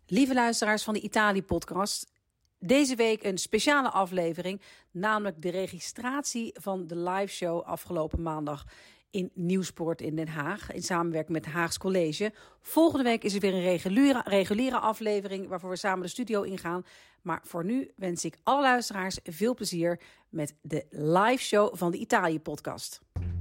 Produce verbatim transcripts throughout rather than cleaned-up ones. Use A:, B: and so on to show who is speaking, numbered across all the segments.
A: Lieve luisteraars van de Italië-podcast, deze week een speciale aflevering, namelijk de registratie van de liveshow afgelopen maandag in Nieuwspoort in Den Haag, in samenwerking met Haags College. Volgende week is er weer een reguliere, reguliere aflevering waarvoor we samen de studio ingaan. Maar voor nu wens ik alle luisteraars veel plezier met de liveshow van de Italië-podcast.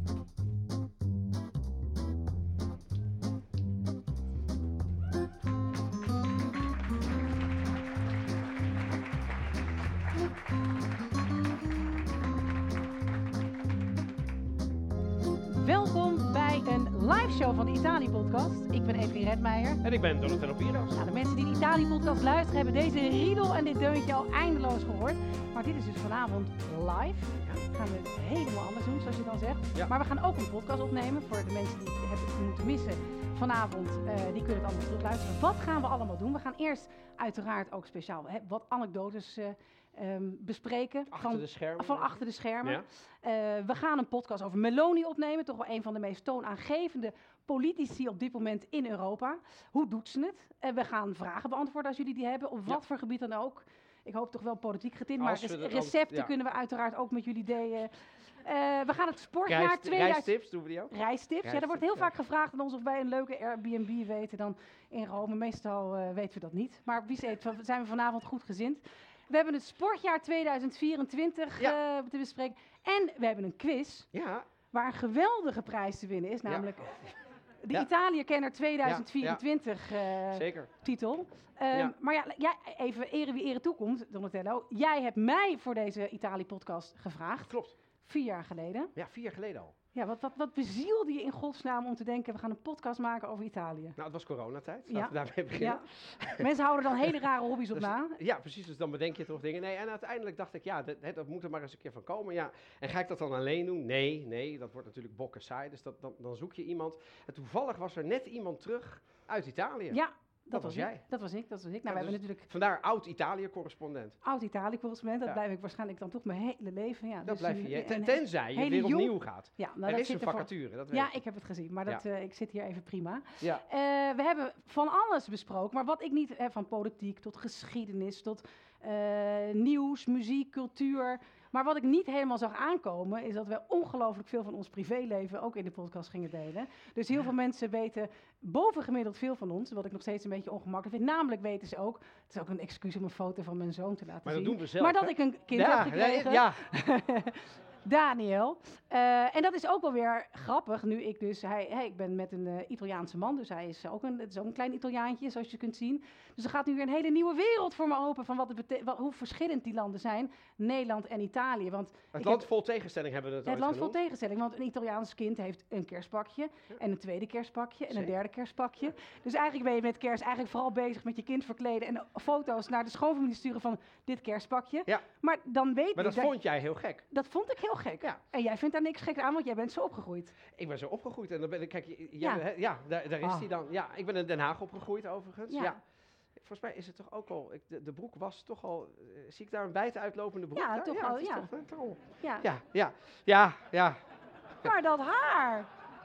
A: Welkom bij een liveshow van de Italië-podcast. Ik ben Evelien Redmeijer.
B: En ik ben Donatello Piros.
A: Nou, de mensen die de Italië-podcast luisteren hebben deze riedel en dit deuntje al eindeloos gehoord. Maar dit is dus vanavond live. Ja. Gaan we het helemaal anders doen, zoals je dan zegt. Ja. Maar we gaan ook een podcast opnemen voor de mensen die het hebben moeten missen. Vanavond, uh, die kunnen het allemaal terugluisteren. Wat gaan we allemaal doen? We gaan eerst uiteraard ook speciaal hè, wat anekdotes uh, um, bespreken.
B: Achter
A: van,
B: de schermen.
A: Van achter de schermen.
B: Ja.
A: Uh, we gaan een podcast over Meloni opnemen. Toch wel een van de meest toonaangevende politici op dit moment in Europa. Hoe doet ze het? Uh, we gaan vragen beantwoorden als jullie die hebben. Op ja. wat voor gebied dan ook. Ik hoop toch wel politiek getint. Maar res- recepten ja. kunnen we uiteraard ook met jullie delen. Uh, we gaan het sportjaar
B: Reis,
A: tweeduizend...
B: Reistips doen we die ook?
A: Reistips. Ja, er wordt heel ja. vaak gevraagd aan ons of wij een leuke Airbnb weten dan in Rome. Meestal uh, weten we dat niet. Maar wie weet, zijn we vanavond goed gezind. We hebben het sportjaar tweeduizend vierentwintig ja. uh, te bespreken. En we hebben een quiz ja. waar een geweldige prijs te winnen is. Namelijk ja. de ja. Italië-kenner tweeduizend vierentwintig ja. uh,
B: Zeker.
A: titel. Um, ja. Maar ja, ja, even ere wie ere toekomt, Donatello. Jij hebt mij voor deze Italië-podcast gevraagd.
B: Klopt.
A: Vier jaar geleden.
B: Ja, vier jaar geleden al.
A: Ja, wat, wat, wat bezielde je in godsnaam om te denken, we gaan een podcast maken over Italië?
B: Nou, het was coronatijd. Laten
A: ja.
B: we daarmee beginnen.
A: Ja. Mensen houden dan hele rare hobby's op
B: dus,
A: na.
B: Ja, precies. Dus dan bedenk je toch dingen. Nee, en uiteindelijk dacht ik, ja, dat, dat moet er maar eens een keer van komen. Ja. En ga ik dat dan alleen doen? Nee, nee, dat wordt natuurlijk bokken saai. Dus dat, dan, dan zoek je iemand. En toevallig was er net iemand terug uit Italië.
A: Ja.
B: Dat,
A: dat was
B: jij.
A: Ik. Dat was ik, dat was ik. Nou,
B: ja,
A: we
B: dus
A: hebben natuurlijk...
B: Vandaar oud-Italië-correspondent.
A: Oud-Italië-correspondent, dat ja. blijf ik waarschijnlijk dan toch mijn hele leven. Ja,
B: dat
A: dus
B: blijf je,
A: een,
B: ten, tenzij je weer opnieuw jong... gaat.
A: Ja, nou,
B: er
A: dat
B: is
A: zit
B: een vacature, voor... dat weet
A: Ja,
B: ik.
A: ik heb het gezien, maar dat, ja. uh, ik zit hier even prima.
B: Ja.
A: Uh, we hebben van alles besproken, maar wat ik niet... Uh, van politiek tot geschiedenis, tot uh, nieuws, muziek, cultuur... Maar wat ik niet helemaal zag aankomen, is dat we ongelooflijk veel van ons privéleven ook in de podcast gingen delen. Dus heel veel mensen weten bovengemiddeld veel van ons, wat ik nog steeds een beetje ongemakkelijk vind. Namelijk weten ze ook, het is ook een excuus om een foto van mijn zoon te laten
B: maar
A: zien.
B: Maar dat doen we zelf,
A: Maar dat
B: hè?
A: ik een kind
B: ja,
A: heb gekregen.
B: Ja, ja.
A: Daniel. Uh, en dat is ook wel weer grappig, nu ik dus, hij, hey, ik ben met een uh, Italiaanse man, dus hij is ook een, het is ook een klein Italiaantje, zoals je kunt zien. Dus er gaat nu weer een hele nieuwe wereld voor me open, van wat het bete- wat, hoe verschillend die landen zijn, Nederland en Italië. Want
B: het land heb, vol tegenstelling hebben we het
A: Het
B: ooit
A: land
B: genoemd.
A: vol tegenstelling, want een Italiaans kind heeft een kerstpakje, ja. en een tweede kerstpakje, en Zeker. een derde kerstpakje. Ja. Dus eigenlijk ben je met kerst eigenlijk vooral bezig met je kind verkleden en foto's naar de schoonfamilie sturen van dit kerstpakje.
B: Ja.
A: Maar dan weet
B: Maar dat
A: dat,
B: vond jij heel gek.
A: Dat vond ik heel gek. Ja. En jij vindt daar niks geks aan, want jij bent zo opgegroeid.
B: Ik ben zo opgegroeid en dan ben ik, kijk, jij,
A: ja,
B: he, ja daar, daar is
A: ah.
B: hij dan. Ja, ik ben in Den Haag opgegroeid overigens.
A: Ja.
B: ja. Volgens mij is het toch ook al, ik, de, de broek was toch al, uh, zie ik daar een wijd uitlopende broek?
A: Ja,
B: daar?
A: toch
B: ja,
A: wel, ja.
B: Toch, toch al.
A: ja.
B: Ja, ja, ja, ja.
A: Maar dat haar,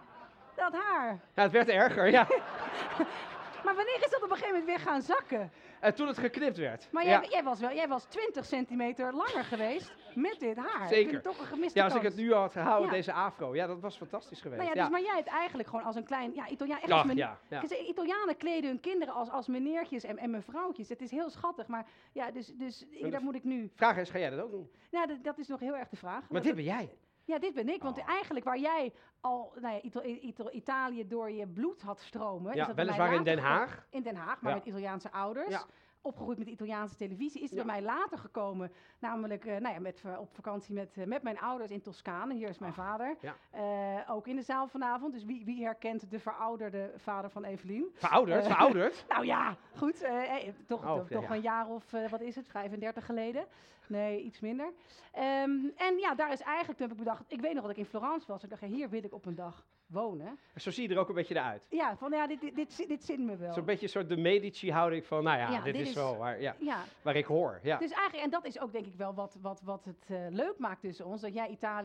A: dat haar.
B: Ja, het werd erger, ja.
A: Maar wanneer is dat op een gegeven moment weer gaan zakken?
B: En toen het geknipt werd.
A: Maar
B: ja.
A: jij, jij, was wel, jij was twintig centimeter langer geweest met dit haar.
B: Zeker.
A: Ik vind het toch een gemiste
B: Ja, als
A: kans.
B: ik het nu had gehouden,
A: ja.
B: deze afro. Ja, dat was fantastisch geweest.
A: Nou ja,
B: ja.
A: dus, maar jij het eigenlijk gewoon als een klein... Ja, Italiaan, echt
B: Ach,
A: als men,
B: ja, ja.
A: Italianen kleden hun kinderen als, als meneertjes en, en mevrouwtjes. Het is heel schattig, maar ja, dus, dus ik, dat moet ik nu...
B: Vraag is, ga jij dat ook doen?
A: Nou, dat, dat is nog heel erg de vraag.
B: Maar
A: dat,
B: dit ben jij.
A: Ja, dit ben ik. Want
B: oh.
A: eigenlijk waar jij al nou ja, Ita- Ita- Italië door je bloed had stromen...
B: Ja,
A: is dat
B: weliswaar in Den Haag.
A: Gekomen, in Den Haag, maar
B: ja.
A: met Italiaanse ouders.
B: Ja.
A: Opgegroeid met de Italiaanse televisie, is het
B: ja.
A: bij mij later gekomen. Namelijk uh, nou ja, met, uh, op vakantie met, uh, met mijn ouders in Toscane. Hier is mijn oh. vader. Ja. Uh, ook in de zaal vanavond. Dus wie, wie herkent de verouderde vader van Evelien?
B: Verouderd? Uh, verouderd?
A: Nou ja, goed. Uh, hey, toch
B: oh,
A: toch,
B: ja,
A: toch
B: ja.
A: een jaar of, uh, wat is het, vijfendertig geleden. Nee, iets minder. Um, en ja, daar is eigenlijk, toen heb ik bedacht, ik weet nog dat ik in Florence was. Ik dacht, ja, hier wil ik op een dag wonen.
B: Zo zie je er ook een beetje uit.
A: Ja, van ja, dit, dit, dit, dit zit me wel.
B: Zo'n beetje een soort de Medici-houding van, nou ja,
A: ja
B: dit,
A: dit
B: is,
A: is
B: wel waar, ja,
A: ja.
B: waar ik hoor. Ja.
A: Dus eigenlijk, en dat is ook denk ik wel wat, wat, wat het uh, leuk maakt tussen ons, dat jij Italië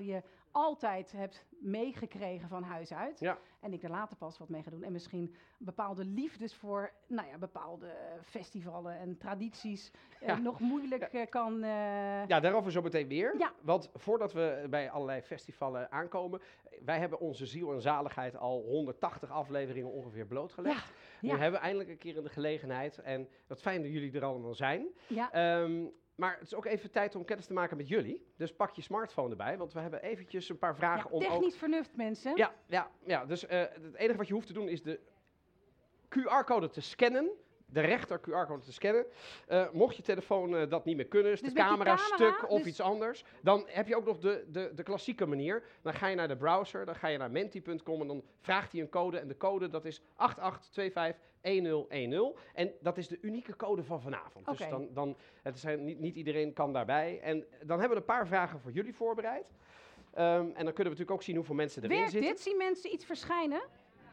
A: altijd hebt meegekregen van huis uit.
B: Ja.
A: En ik er later pas wat mee ga doen. En misschien bepaalde liefdes voor nou ja, bepaalde festivalen en tradities
B: Ja.
A: eh, nog moeilijk eh, kan... eh,
B: Ja, daarover zo meteen weer.
A: Ja.
B: Want voordat we bij allerlei festivalen aankomen, wij hebben onze ziel en zaligheid al honderdtachtig afleveringen ongeveer blootgelegd. Nu
A: ja.
B: hebben we eindelijk een keer in de gelegenheid en wat fijn dat jullie er allemaal zijn.
A: ja.
B: Ehm, maar het is ook even tijd om kennis te maken met jullie. Dus pak je smartphone erbij, want we hebben eventjes een paar vragen
A: Ja,
B: om ook...
A: technisch vernuft, mensen.
B: Ja, ja, ja. Dus eh, het enige wat je hoeft te doen is de Q R-code te scannen. De rechter Q R-code te scannen. Uh, mocht je telefoon uh, dat niet meer kunnen, is
A: Dus
B: de
A: met die
B: camera,
A: camera,
B: stuk of
A: dus-
B: iets anders, dan heb je ook nog de, de, de klassieke manier. Dan ga je naar de browser, dan ga je naar menti punt com en dan vraagt hij een code. En de code dat is acht acht twee vijf een nul een nul. En dat is de unieke code van vanavond.
A: Oké.
B: Dus dan, dan het zijn, niet, niet iedereen kan daarbij. En dan hebben we een paar vragen voor jullie voorbereid. Um, en dan kunnen we natuurlijk ook zien hoeveel mensen erin
A: Werkt
B: zitten.
A: dit? Zien mensen iets verschijnen?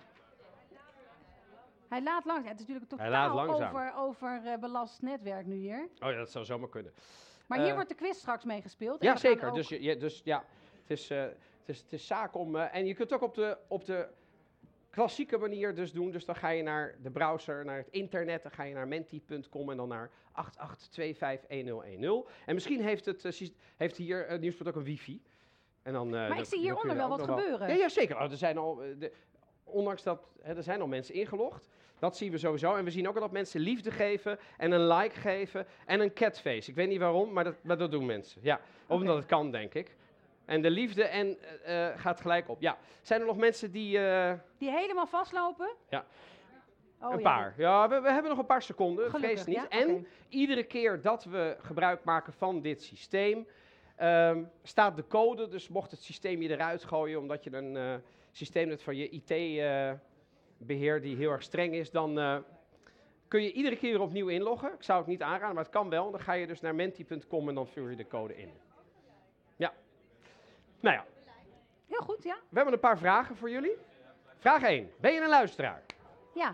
A: Hij laat langzaam. Het is natuurlijk een
B: Hij laat
A: totaal
B: langzaam.
A: over, over uh, belast netwerk nu hier.
B: Oh ja, dat zou zomaar kunnen.
A: Maar hier
B: Eh,
A: wordt de quiz straks mee gespeeld. en
B: Ja,
A: we gaan
B: zeker.
A: ook-
B: Dus, je, je- dus ja, het is, eh, het is, het is zaak om... eh, en je kunt het ook op de, op de klassieke manier dus doen. Dus dan ga je naar de browser, naar het internet. Dan ga je naar menti punt com en dan naar acht acht twee vijf een nul een nul. En misschien heeft, het, eh, syst- heeft hier uh, Nieuwsport ook een wifi. En dan, eh,
A: Maar
B: dan-
A: ik zie
B: dan kun
A: hieronder
B: je
A: wel
B: ook
A: wat
B: nog
A: gebeuren.
B: Ja, ja, zeker. Oh, er zijn al, eh, de, ondanks dat, hè, er zijn al mensen ingelogd. Dat zien we sowieso. En we zien ook al dat mensen liefde geven en een like geven en een catface. Ik weet niet waarom, maar dat, maar dat doen mensen. Ja, omdat het kan, denk ik. En de liefde en, eh, eh, gaat gelijk op. Ja. Zijn er nog mensen die... eh,
A: Die helemaal vastlopen?
B: Ja.
A: Oh,
B: een
A: ja,
B: paar. Ja, we, we hebben nog een paar seconden.
A: Gelukkig,
B: Vrees niet.
A: ja?
B: En
A: Oké.
B: iedere keer dat we gebruik maken van dit systeem, ehm, staat de code. Dus mocht het systeem je eruit gooien, omdat je een eh, systeem hebt van je I T-beheer die heel erg streng is, dan eh, kun je iedere keer weer opnieuw inloggen. Ik zou het niet aanraden, maar het kan wel. Dan ga je dus naar menti punt com en dan vul je de code in. Ja. Nou ja,
A: Heel goed, ja.
B: we hebben een paar vragen voor jullie. Vraag één. Ben je een luisteraar?
A: Ja.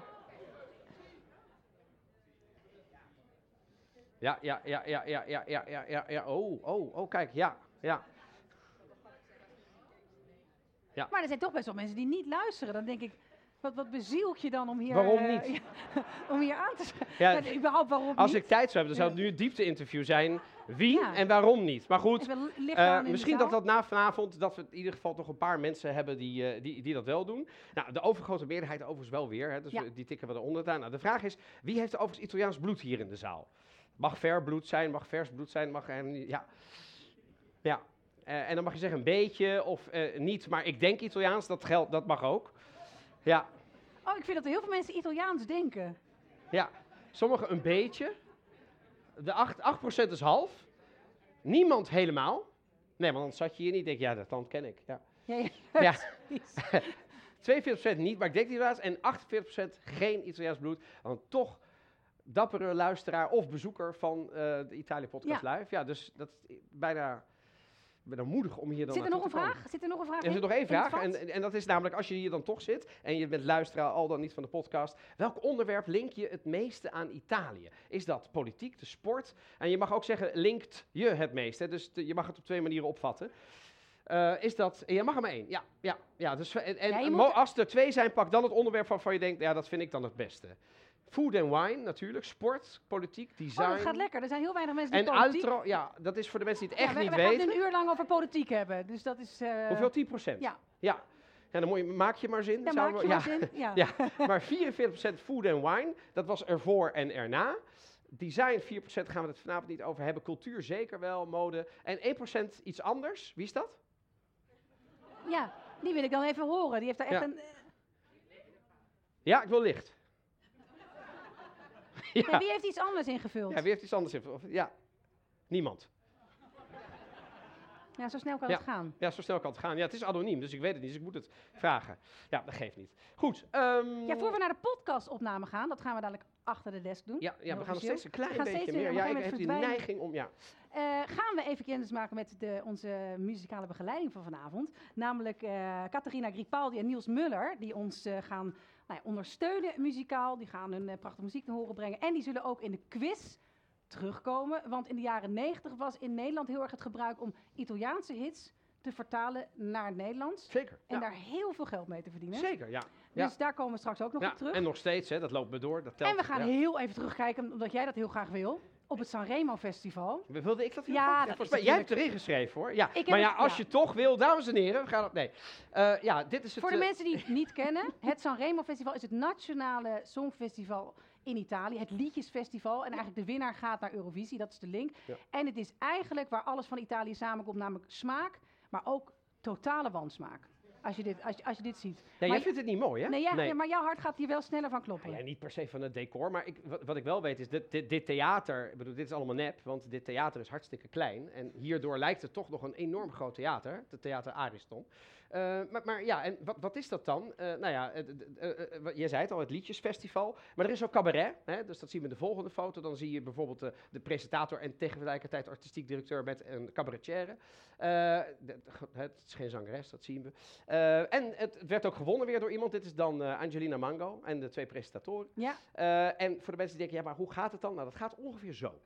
B: Ja, ja, ja, ja, ja, ja, ja, ja, ja, ja. Oh, oh, oh, kijk, ja, ja.
A: Maar er zijn toch best wel mensen die niet luisteren. Dan denk ik, wat, wat bezielt je dan om hier...
B: Waarom
A: eh,
B: niet?
A: ja, om hier aan te schrijven.
B: Ja,
A: Ja, überhaupt waarom
B: als
A: niet?
B: ik tijd zou hebben, dan zou het
A: Ja.
B: nu een diepte-interview zijn. Wie
A: Ja.
B: en waarom niet? Maar goed,
A: Even licht
B: eh,
A: aan in de
B: misschien
A: zaal.
B: dat dat na vanavond, dat we in ieder geval toch een paar mensen hebben die, eh, die, die dat wel doen. Nou, de overgrote meerderheid overigens wel weer, hè, dus
A: Ja.
B: we- die tikken we eronder aan. Nou, de vraag is, wie heeft er overigens Italiaans bloed hier in de zaal? Mag ver bloed zijn, mag vers bloed zijn, mag er niet, ja. Ja, eh, en dan mag je zeggen een beetje of eh, niet, maar ik denk Italiaans, dat geldt, dat mag ook. Ja,
A: Oh, ik vind dat er heel veel mensen Italiaans denken.
B: ja. Sommigen een beetje. De acht, acht procent is half. Niemand helemaal. Nee, want dan zat je hier niet. Denk ja, dat land ken ik. Ja.
A: Ja, ja.
B: Ja.
A: precies.
B: tweeënveertig procent niet, maar ik denk Italiaans. En achtenveertig procent geen Italiaans bloed. Dan toch dappere luisteraar of bezoeker van eh, de Italië Podcast Live. Ja, dus dat is bijna, bijna moedig om hier dan
A: Zit er nog een
B: naartoe te komen.
A: vraag? Zit er nog een vraag
B: Er zit
A: in?
B: nog één
A: In het
B: vraag
A: vat?
B: en, en, en dat is namelijk als je hier dan toch zit en je bent luisteraar al dan niet van de podcast. Welk onderwerp link je het meeste aan Italië? Is dat politiek, de sport? En je mag ook zeggen, linkt je het meest? Hè? Dus de- je mag het op twee manieren opvatten. Eh, is dat, en je mag er maar één, ja. ja, ja dus, en en
A: Ja, je
B: mo-
A: moet-
B: als er twee zijn, pak dan het onderwerp waarvan je denkt, ja, dat vind ik dan het beste. Food and wine natuurlijk, sport, politiek, design.
A: Oh, dat gaat lekker. Er zijn heel weinig mensen die
B: En
A: politiek...
B: altro, ja, dat is voor de mensen die het
A: Ja,
B: echt
A: we,
B: niet
A: we gaan
B: weten.
A: het een uur lang over politiek hebben. Dus dat is... eh,
B: Hoeveel? tien procent?
A: Ja,
B: Ja. Ja, dan moet je, maak je maar zin.
A: daar
B: zouden
A: maak
B: we-
A: je
B: ja.
A: maar zin. Ja.
B: Ja, maar vierenveertig procent food and wine, dat was ervoor en erna. Design vier procent gaan we het vanavond niet over hebben. Cultuur zeker wel, mode. En één procent iets anders. Wie is dat?
A: Ja, die wil ik dan even horen. Die heeft daar echt
B: Ja.
A: een...
B: Ja, ik wil licht.
A: Nee,
B: Ja,
A: wie heeft iets anders ingevuld?
B: ja wie heeft iets anders in? Of- Ja, niemand.
A: Ja, zo snel kan
B: Ja.
A: het gaan.
B: Ja, zo snel kan het gaan. Ja, het is anoniem, dus ik weet het niet, dus ik moet het vragen. Ja, dat geeft niet. Goed. ehm,
A: Ja, voor we naar de podcastopname gaan, dat gaan we dadelijk achter de desk doen.
B: ja, ja,
A: Heel
B: we gaan nog
A: officieel.
B: steeds een klein
A: We gaan
B: beetje
A: steeds weer
B: meer.
A: op een
B: Ja, ik
A: gegeven
B: heb die
A: moment verdwijnen.
B: neiging om, ja.
A: Eh, gaan we even kennis maken met de, onze muzikale begeleiding van vanavond. Namelijk eh Catharina Gripaldi en Niels Muller, die ons eh, gaan nou ja, ondersteunen muzikaal. Die gaan hun eh, prachtige muziek naar horen brengen. En die zullen ook in de quiz terugkomen. Want in de jaren negentig was in Nederland heel erg het gebruik om Italiaanse hits te vertalen naar het Nederlands.
B: Zeker.
A: En
B: ja.
A: daar heel veel geld mee te verdienen.
B: Zeker, ja.
A: Dus
B: ja.
A: daar komen we straks ook nog
B: ja.
A: op terug.
B: En nog steeds, hè, dat loopt me door. Dat telt,
A: En we gaan
B: ja.
A: heel even terugkijken, omdat jij dat heel graag wil, op het Sanremo Festival.
B: Wilde ik dat heel
A: Ja,
B: graag?
A: dat
B: volgens
A: is
B: mij. Jij
A: natuurlijk-
B: hebt erin geschreven, hoor. Ja.
A: heb
B: Maar ja,
A: het-
B: als
A: ja.
B: je toch wil, dames en heren, we gaan op... Nee. Uh, ja, dit is het...
A: Voor de
B: uh,
A: mensen die het niet kennen, het Sanremo Festival is het nationale songfestival in Italië. Het liedjesfestival. En eigenlijk de winnaar gaat naar Eurovisie, dat is de link.
B: Ja.
A: En het is eigenlijk waar alles van Italië samenkomt, namelijk smaak, maar ook totale wansmaak. Als je dit, als je, als je dit ziet.
B: Ja,
A: maar
B: jij vindt het niet mooi, hè?
A: Nee, ja, ja, maar jouw hart gaat hier wel sneller van kloppen.
B: Ja, niet per se van het decor, maar ik, wat, wat ik wel weet is, dit, dit, dit theater, ik bedoel, dit is allemaal nep, want dit theater is hartstikke klein. En hierdoor lijkt het toch nog een enorm groot theater, het Theater Ariston. Uh, maar, maar ja, en wat, wat is dat dan? Uh, nou ja, uh, uh, uh, uh, jij zei het al, het liedjesfestival. Maar er is ook cabaret, hè, dus dat zien we in de volgende foto. Dan zie je bijvoorbeeld uh, de presentator en tegelijkertijd artistiek directeur met een cabaretière. Uh, de, het is geen zangeres, dat zien we. Uh, en het werd ook gewonnen weer door iemand. Dit is dan uh, Angelina Mango en de twee presentatoren.
A: Ja.
B: Uh, en voor de mensen die denken, ja, maar hoe gaat het dan? Nou, dat gaat ongeveer zo.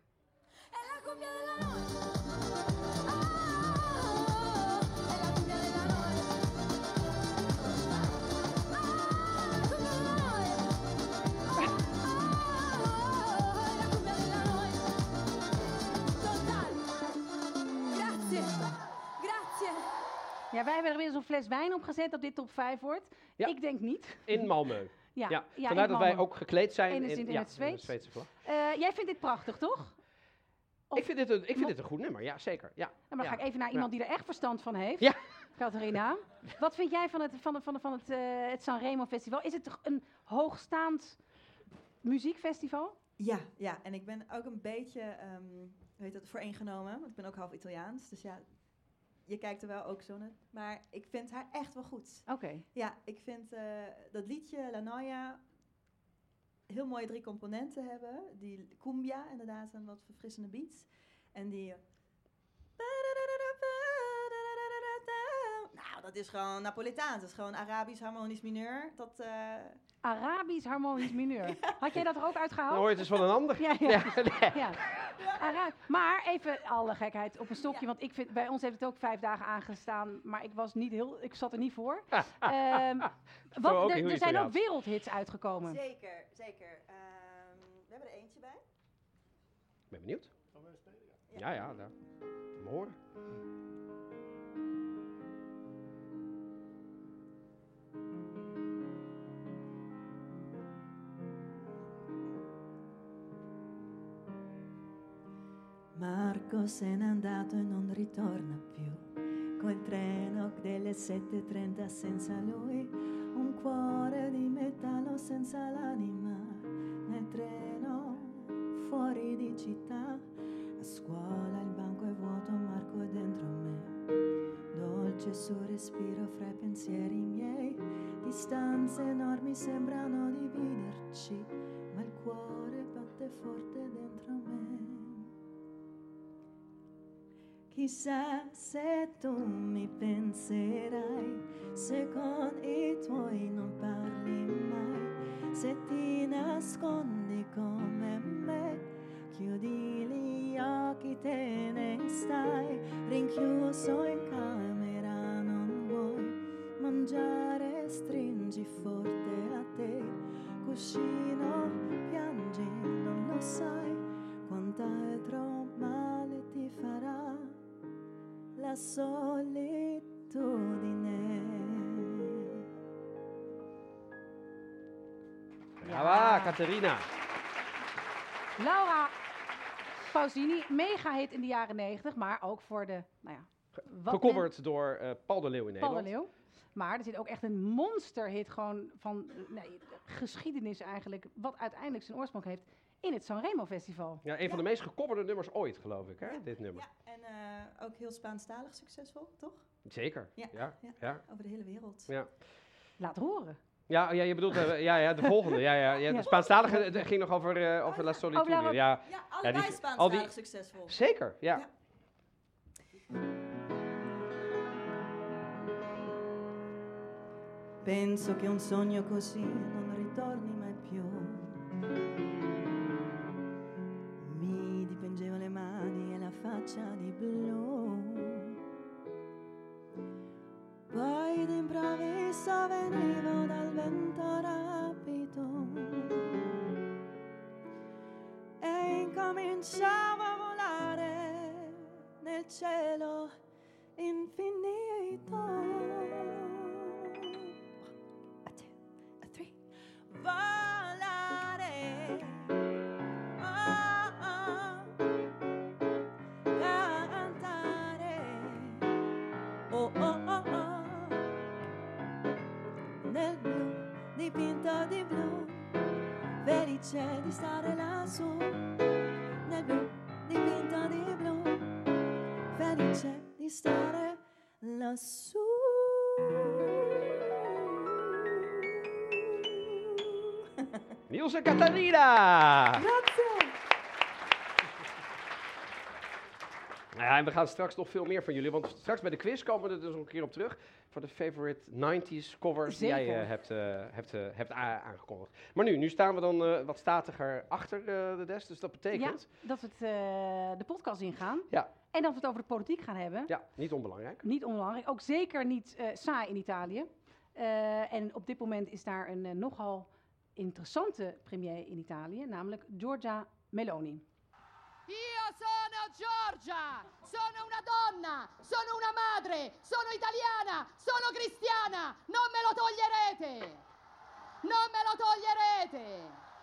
A: Ja, wij hebben er weer zo'n fles wijn op gezet dat dit top vijf wordt.
B: Ja.
A: Ik denk niet.
B: In Malmö.
A: Ja,
B: ja.
A: ja,
B: vandaar
A: in
B: dat wij
A: Malmö.
B: ook gekleed zijn
A: In het-
B: in,
A: in
B: ja,
A: het Zweeds.
B: in de Zweedse vlag.
A: Uh, jij vindt dit prachtig, toch? Of-
B: Ik vind dit een, ik vind
A: Mo-
B: dit een goed nummer, ja, zeker. Ja.
A: Nou, maar dan
B: ja.
A: ga ik even naar iemand die er echt verstand van heeft.
B: Ja.
A: Catharina, wat vind jij van het, van het, van het, van het, uh, het Sanremo Festival? Is het toch een hoogstaand muziekfestival?
C: Ja, ja, en ik ben ook een beetje, um, weet het, vooringenomen, want ik ben ook half Italiaans, dus ja, je kijkt er wel ook zo naar. Maar ik vind haar echt wel goed.
A: Oké. Okay.
C: Ja, ik vind uh, dat liedje La Noia heel mooie drie componenten hebben. Die cumbia, inderdaad, een wat verfrissende beat. En die... Nou, dat is gewoon Napolitaans. Dat is gewoon Arabisch harmonisch mineur. Dat... Uh...
A: Arabisch harmonisch mineur. Had jij dat er ook uitgehaald?
B: Nou, het is van een ander.
A: Ja, ja.
B: ja, nee.
A: ja. Ara- maar even alle gekheid op een stokje, ja. Want ik vind, bij ons heeft het ook vijf dagen aangestaan, maar ik was niet heel, ik zat er niet voor. um, wat,
B: ook
A: er, er zijn
B: Italiaans.
A: ook wereldhits uitgekomen.
C: Zeker, zeker. Um, we hebben er eentje bij.
B: Ik ben benieuwd. Ja, ja, ja. Daar. We horen.
C: Marco se n'è andato e non ritorna più, col treno delle sette e trenta senza lui, un cuore di metallo senza l'anima, nel treno fuori di città, a scuola il banco è vuoto, Marco è dentro me, dolce il suo respiro fra i pensieri miei, distanze enormi sembrano dividerci, ma il cuore batte forte dentro me. Chissà se tu mi penserai, se con i tuoi non parli mai, se ti nascondi come me, chiudi gli occhi, te ne stai, rinchiuso in camera, non vuoi mangiare, stringi forte a te, cuscino, piangi, non lo sai, quant'altro male ti farà la solitudine.
B: Brava, Catharina.
A: Laura Pausini, mega hit in de jaren negentig, maar ook voor de, nou ja...
B: Gecoverd door uh, Paul de Leeuw in Nederland.
A: Paul de Leeuw. Maar er zit ook echt een monsterhit gewoon van nee, geschiedenis eigenlijk, wat uiteindelijk zijn oorsprong heeft in het Sanremo Festival.
B: Ja, een ja. van de meest gecoverde nummers ooit, geloof ik, hè,
C: ja.
B: dit nummer.
C: Ja, en uh, ook heel Spaanstalig succesvol, toch?
B: Zeker, ja. ja.
C: ja.
B: ja.
C: Over de hele wereld.
B: Ja.
A: Laat horen.
B: Ja, ja, je bedoelt uh, ja, ja, de volgende. Ja, ja, ja, de Spaanstalige uh, ging nog over, uh, over La Solitude.
C: Oh,
B: ja,
C: ja, allebei ja, Spaanstalig die, succesvol.
B: Zeker, ja. ja.
C: Penso che un sogno così non ritorni mai più. Mi dipingevo le mani e la faccia di blu. cominciamo a volare nel cielo infinito. A two, a three. Volare. Oh, oh. Cantare. Oh, oh, oh, oh. Nel blu, dipinto di blu, felice di stare lassù. Nel blu, dipinto di blu, felice di stare lassù.
B: Niels en Catharina!
C: Grazie!
B: Ja, en we gaan straks nog veel meer van jullie, want straks bij de quiz komen we er dus nog een keer op terug. Voor de favorite nineties covers die
A: Zeker.
B: jij uh, hebt, uh, hebt, uh, hebt a- aangekondigd. Maar nu, nu staan we dan uh, wat statiger achter uh, de desk, dus dat betekent...
A: Ja, dat we het, uh, de podcast ingaan.
B: Ja.
A: En dat we het over de politiek gaan hebben.
B: Ja, niet onbelangrijk.
A: Niet onbelangrijk. Ook zeker niet uh, saai in Italië. Uh, en op dit moment is daar een uh, nogal interessante premier in Italië, namelijk Giorgia Meloni.
D: Io sono Giorgia, sono una donna, sono una madre, sono italiana, sono cristiana, non me lo toglierete, non me lo toglierete,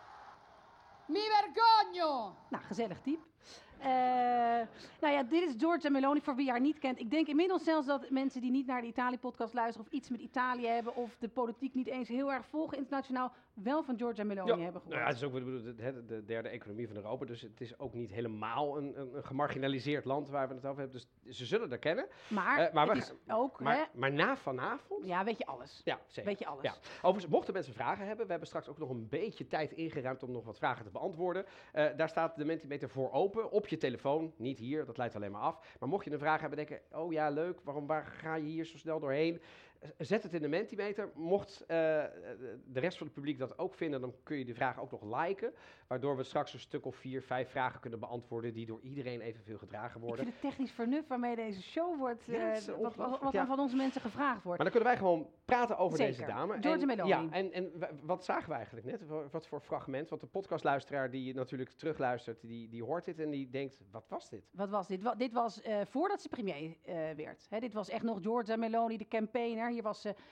D: mi vergogno.
A: Nou, gezellig type. Uh, nou ja, dit is Giorgia Meloni, voor wie haar niet kent. Ik denk inmiddels zelfs dat mensen die niet naar de Italië-podcast luisteren of iets met Italië hebben of de politiek niet eens heel erg volgen internationaal, wel van Giorgia Meloni
B: Ja,
A: hebben gehoord.
B: nou ja, het is ook ik bedoel, de, de, de derde economie van Europa, dus het is ook niet helemaal een, een, een gemarginaliseerd land waar we het over hebben. Dus ze zullen er kennen.
A: Maar,
B: Uh, maar
A: het
B: we
A: is
B: gaan-
A: ook,
B: Maar,
A: hè,
B: maar na vanavond...
A: ja, weet je alles.
B: Ja, zeker.
A: Weet je alles.
B: Ja. Overigens, mochten mensen vragen hebben, we hebben straks ook nog een beetje tijd ingeruimd om nog wat vragen te beantwoorden. Uh, daar staat de Mentimeter voor open, op je telefoon, niet hier, dat leidt alleen maar af. Maar mocht je een vraag hebben, denken, oh ja, leuk, waarom waar ga je hier zo snel doorheen? Uh, Zet het in de Mentimeter. Mocht uh, de rest van het publiek dat ook vinden, dan kun je de vraag ook nog liken. Waardoor we straks een stuk of vier, vijf vragen kunnen beantwoorden die door iedereen evenveel gedragen
A: Ik
B: worden.
A: vind het technisch vernuft waarmee deze show wordt,
B: Ja,
A: uh,
B: het is
A: wat, wat,
B: ongelooflijk,
A: wat
B: ja.
A: dan van onze mensen gevraagd wordt.
B: Maar dan kunnen wij gewoon praten over
A: Zeker.
B: deze dame.
A: Giorgia
B: En-
A: Meloni.
B: Ja, en, en w- wat zagen we eigenlijk net? Wa- Wat voor fragment? Want de podcastluisteraar die natuurlijk terugluistert, die, die hoort dit en die denkt, wat was dit?
A: Wat was dit? Wa- dit was uh, voordat ze premier uh, werd. Hè, dit was echt nog Giorgia Meloni, de campaigner. Hier was ze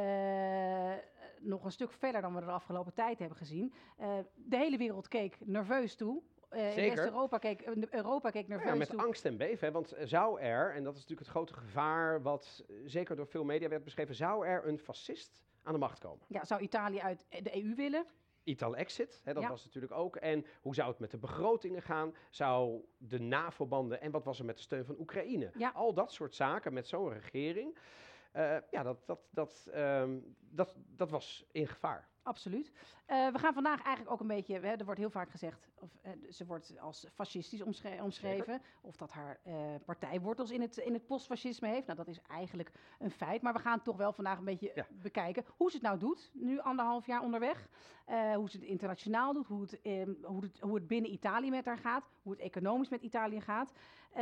A: uh, nog een stuk verder dan we de afgelopen tijd hebben gezien. Uh, de hele wereld keek nerveus toe. Uh, in
B: Zeker.
A: West-Europa keek, uh, Europa keek nerveus
B: Ja, met
A: toe.
B: angst en beven, hè, want eh, zou er, en dat is natuurlijk het grote gevaar wat eh, zeker door veel media werd beschreven, zou er een fascist aan de macht komen?
A: Ja, zou Italië uit de E U willen?
B: Ital-exit, hè, dat
A: Ja.
B: was natuurlijk ook. En hoe zou het met de begrotingen gaan? Zou de NAVO-banden en wat was er met de steun van Oekraïne?
A: Ja.
B: Al dat soort zaken met zo'n regering, uh, ja, dat, dat, dat, um, dat, dat was in gevaar.
A: Absoluut. Uh, we gaan vandaag eigenlijk ook een beetje, hè, er wordt heel vaak gezegd, of, uh, ze wordt als fascistisch omschre- omschreven,
B: Zeker.
A: of dat haar uh, partijwortels in het, in het postfascisme heeft. Nou, dat is eigenlijk een feit, maar we gaan toch wel vandaag een beetje
B: Ja.
A: bekijken hoe ze het nou doet, nu anderhalf jaar onderweg. Uh, hoe ze het internationaal doet, hoe het, um, hoe, het, hoe het binnen Italië met haar gaat, hoe het economisch met Italië gaat. Uh,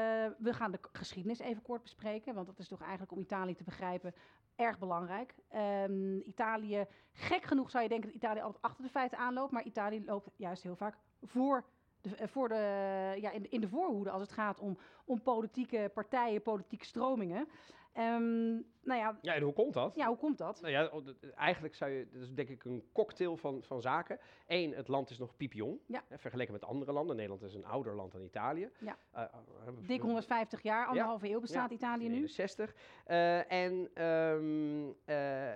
A: we gaan de k- geschiedenis even kort bespreken, want dat is toch eigenlijk om Italië te begrijpen erg belangrijk. Um, Italië, gek genoeg zou je denken dat Italië altijd achter de feiten aanloopt, maar Italië loopt juist heel vaak voor de, uh, voor de, ja, in, de, in de voorhoede als het gaat om, om politieke partijen, politieke stromingen. Um, nou ja,
B: Ja, en hoe komt dat?
A: ja, hoe komt dat?
B: Nou ja, o- d- eigenlijk zou je, dat is denk ik een cocktail van, van zaken. Eén, het land is nog piepjong,
A: Ja.
B: hè, vergeleken met andere landen. Nederland is een ouder land dan Italië.
A: Ja.
B: Uh, uh,
A: Dik honderdvijftig jaar, anderhalve eeuw bestaat
B: Ja,
A: Italië nu.
B: zestig. Uh, en um, uh,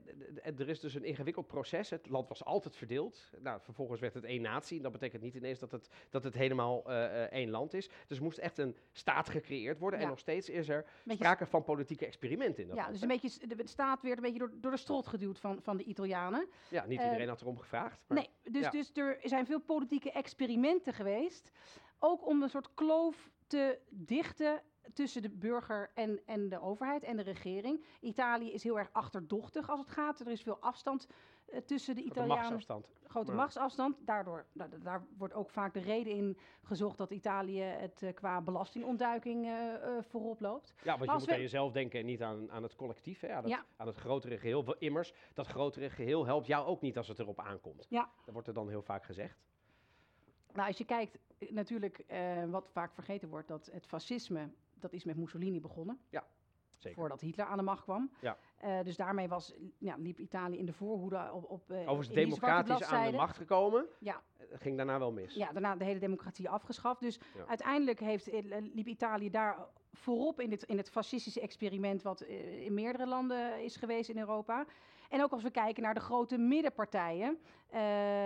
B: er is dus een ingewikkeld proces. Het land was altijd verdeeld. Nou, vervolgens werd het één natie. Dat betekent niet ineens dat het, dat het helemaal uh, uh, één land is. Dus er moest echt een staat gecreëerd worden.
A: Ja.
B: En nog steeds is er
A: Beetje
B: sprake van politieke experimenten in dat
A: Ja,
B: land.
A: dus
B: hè?
A: een beetje, s- de staat werd een beetje door, door de strot geduwd van, van de Italianen.
B: Ja, niet
A: eh,
B: iedereen had erom gevraagd. Maar
A: Nee, dus,
B: ja.
A: dus er zijn veel politieke experimenten geweest. Ook om een soort kloof te dichten tussen de burger en, en de overheid en de regering. Italië is heel erg achterdochtig als het gaat. Er is veel afstand uh, tussen de
B: de
A: Italianen.
B: machtsafstand.
A: Grote
B: Ja.
A: machtsafstand. Daardoor, da- da- daar wordt ook vaak de reden in gezocht dat Italië het uh, qua belastingontduiking uh, uh, voorop loopt.
B: Ja, want je
A: als
B: moet
A: we-
B: aan jezelf denken en niet aan, aan het collectief, hè, aan, het,
A: Ja.
B: aan het grotere geheel. Wel, immers, dat grotere geheel helpt jou ook niet als het erop aankomt.
A: Ja.
B: Dat wordt er dan heel vaak gezegd.
A: Nou, als je kijkt, eh, natuurlijk, uh, wat vaak vergeten wordt, dat het fascisme, dat is met Mussolini begonnen.
B: Ja, zeker.
A: Voordat Hitler aan de macht kwam.
B: Ja.
A: Uh, dus daarmee was, ja, liep Italië in de voorhoede op, op uh,
B: Overigens democratisch aan de macht gekomen.
A: Ja.
B: Ging daarna wel mis.
A: Ja, daarna de hele democratie afgeschaft. Dus
B: ja.
A: uiteindelijk heeft, liep Italië daar voorop in het, in het fascistische experiment wat uh, in meerdere landen is geweest in Europa. En ook als we kijken naar de grote middenpartijen, uh,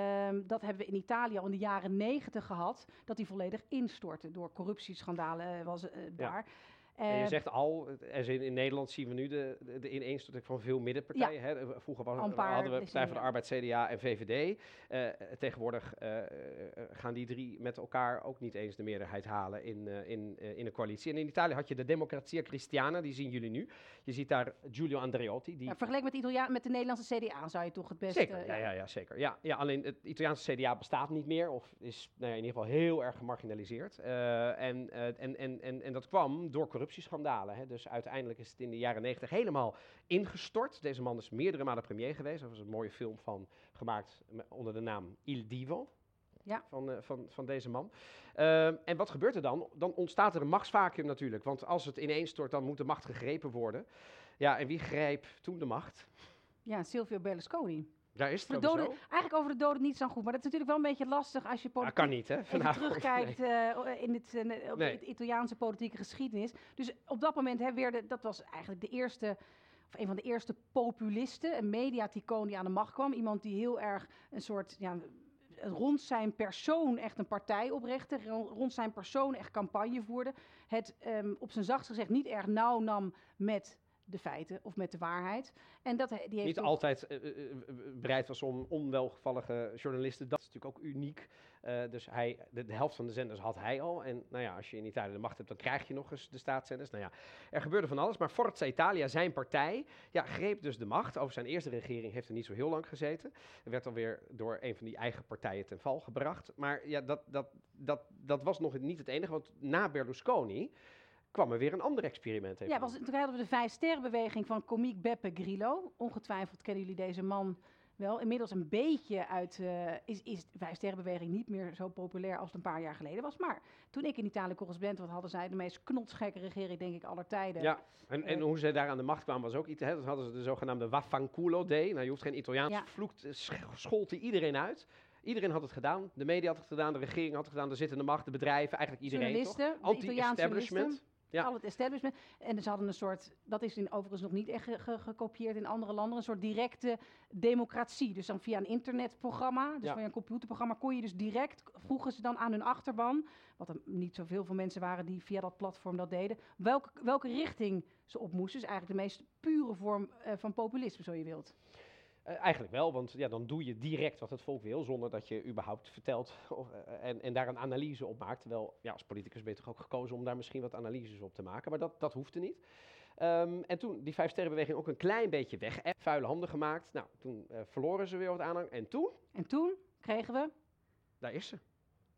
A: dat hebben we in Italië al in de jaren negentig gehad, dat die volledig instorten door corruptieschandalen uh, was uh, daar.
B: Ja. En je zegt al, er in, in Nederland zien we nu de, de, de ineenstorting van veel middenpartijen. Ja. Hè. Vroeger was, hadden we Partij van de Arbeid, C D A en V V D. Uh, tegenwoordig uh, gaan die drie met elkaar ook niet eens de meerderheid halen in, uh, in, uh, in een coalitie. En in Italië had je de Democrazia Cristiana, die zien jullie nu. Je ziet daar Giulio Andreotti. Die...
A: Ja, vergeleken met, Italia- met de Nederlandse C D A zou je toch het beste...
B: Zeker, ja, ja, ja, zeker. Ja, ja, alleen het Italiaanse C D A bestaat niet meer, of is nou ja, in ieder geval heel erg gemarginaliseerd. Uh, en, uh, en, en, en, en dat kwam door corruptieschandalen. Hè. Dus uiteindelijk is het in de jaren negentig helemaal ingestort. Deze man is meerdere malen premier geweest. Er was een mooie film van gemaakt onder de naam Il Divo. Ja. Van, uh, van, van deze man. Uh, en wat gebeurt er dan? Dan ontstaat er een machtsvacuum natuurlijk. Want als het ineenstort, dan moet de macht gegrepen worden. Ja, en wie greep toen de macht?
A: Ja, Silvio Berlusconi.
B: Daar is het
A: de doden, eigenlijk over de doden niet zo goed, maar dat is natuurlijk wel een beetje lastig als je politiek
B: ah, kan niet, hè?
A: even terugkijkt nee. uh, in het, uh, op nee. de Italiaanse politieke geschiedenis. Dus op dat moment hè, weer de, dat was eigenlijk de eerste, of een van de eerste populisten, een mediaticoon die aan de macht kwam. Iemand die heel erg een soort, ja, rond zijn persoon echt een partij oprichtte, rond zijn persoon echt campagne voerde. Het um, op zijn zachtst gezegd niet erg nauw nam met de feiten of met de waarheid. En dat, die heeft
B: niet
A: toch...
B: altijd uh, uh, bereid was om onwelgevallige journalisten. Dat is natuurlijk ook uniek. Uh, dus hij, de, de helft van de zenders had hij al. En nou ja, als je in Italië de macht hebt, dan krijg je nog eens de staatszenders. Nou ja, er gebeurde van alles. Maar Forza Italia, zijn partij, ja, greep dus de macht. Over zijn eerste regering heeft hij niet zo heel lang gezeten. Er werd alweer door een van die eigen partijen ten val gebracht. Maar ja, dat, dat, dat, dat was nog niet het enige. Want na Berlusconi kwam er weer een ander experiment.
A: Ja, was, toen hadden we de vijf sterrenbeweging van komiek Beppe Grillo. Ongetwijfeld kennen jullie deze man wel. Inmiddels een beetje uit, uh, is, is de vijf sterrenbeweging niet meer zo populair als het een paar jaar geleden was. Maar toen ik in Italië correspondent was, hadden zij de meest knotsgekke regering, denk ik, aller tijden.
B: Ja, en, en uh, hoe zij daar aan de macht kwamen was ook iets. Hè, dat hadden ze de zogenaamde Vaffanculo Day. Nou, je hoeft geen Italiaans, ja. vloekt, schold hij iedereen uit. Iedereen had het gedaan. De media had het gedaan, de regering had het gedaan, de zittende macht, de bedrijven, eigenlijk iedereen toch? Anti-establishment.
A: Ja. Al het establishment. En ze hadden een soort, dat is in, overigens nog niet echt ge, ge, gekopieerd in andere landen, een soort directe democratie. Dus dan via een internetprogramma, dus ja. via een computerprogramma, kon je dus direct, vroegen ze dan aan hun achterban, wat er niet zoveel van mensen waren die via dat platform dat deden, welke, welke richting ze op moesten. Dus eigenlijk de meest pure vorm uh, van populisme, zo je wilt.
B: Uh, eigenlijk wel, want ja, dan doe je direct wat het volk wil, zonder dat je überhaupt vertelt of, uh, en, en daar een analyse op maakt. Terwijl, ja, als politicus ben je toch ook gekozen om daar misschien wat analyses op te maken, maar dat, dat hoefde niet. Um, en toen die vijf sterrenbeweging ook een klein beetje weg, en vuile handen gemaakt. Nou, toen uh, verloren ze weer wat aanhang. En toen?
A: En toen kregen we?
B: Daar is ze.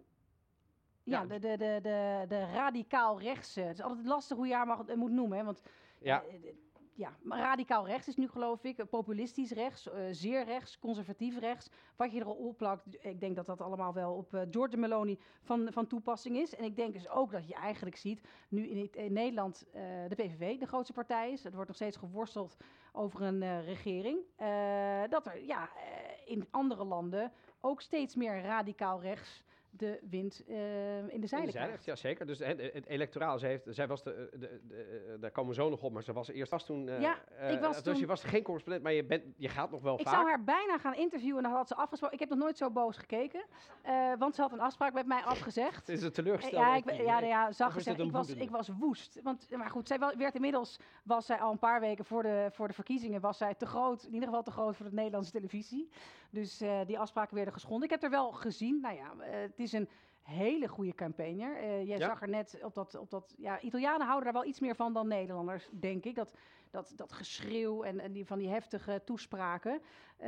A: Ja, ja. De, de, de, de, de radicaal rechtse. Het is altijd lastig hoe je haar mag, moet noemen, hè, want...
B: Ja.
A: Uh, Ja, maar radicaal rechts is nu geloof ik, populistisch rechts, uh, zeer rechts, conservatief rechts. Wat je erop plakt, ik denk dat dat allemaal wel op uh, Giorgia Meloni van, van toepassing is. En ik denk dus ook dat je eigenlijk ziet, nu in, in Nederland uh, de P V V de grootste partij is. Er wordt nog steeds geworsteld over een uh, regering. Uh, dat er ja, uh, in andere landen ook steeds meer radicaal rechts de wind uh, in de zeilen krijgt.
B: Ja, zeker. Dus het, het electoraal, zij, heeft, zij was de, de, de, de, daar komen we zo nog op, maar ze was eerst was toen... Uh,
A: ja, ik was uh,
B: dus
A: toen...
B: je was geen correspondent, maar je, bent, je gaat nog wel
A: ik
B: vaak.
A: Ik zou haar bijna gaan interviewen en dan had ze afgesproken. Ik heb nog nooit zo boos gekeken, uh, want ze had een afspraak met mij afgezegd.
B: Het is een teleurstelling.
A: Ja, ik, ja, ja, zag gezegd, ik was, ik was woest. Want, maar goed, zij werd inmiddels, was zij al een paar weken voor de, voor de verkiezingen, was zij te groot, in ieder geval te groot voor de Nederlandse televisie. Dus uh, die afspraken werden geschonden. Ik heb er wel gezien, nou ja, uh, het is een hele goede campagner. Uh, jij ja. zag er net op dat, op dat... Ja, Italianen houden daar wel iets meer van dan Nederlanders, denk ik. Dat, dat, dat geschreeuw en, en die, van die heftige toespraken. Uh,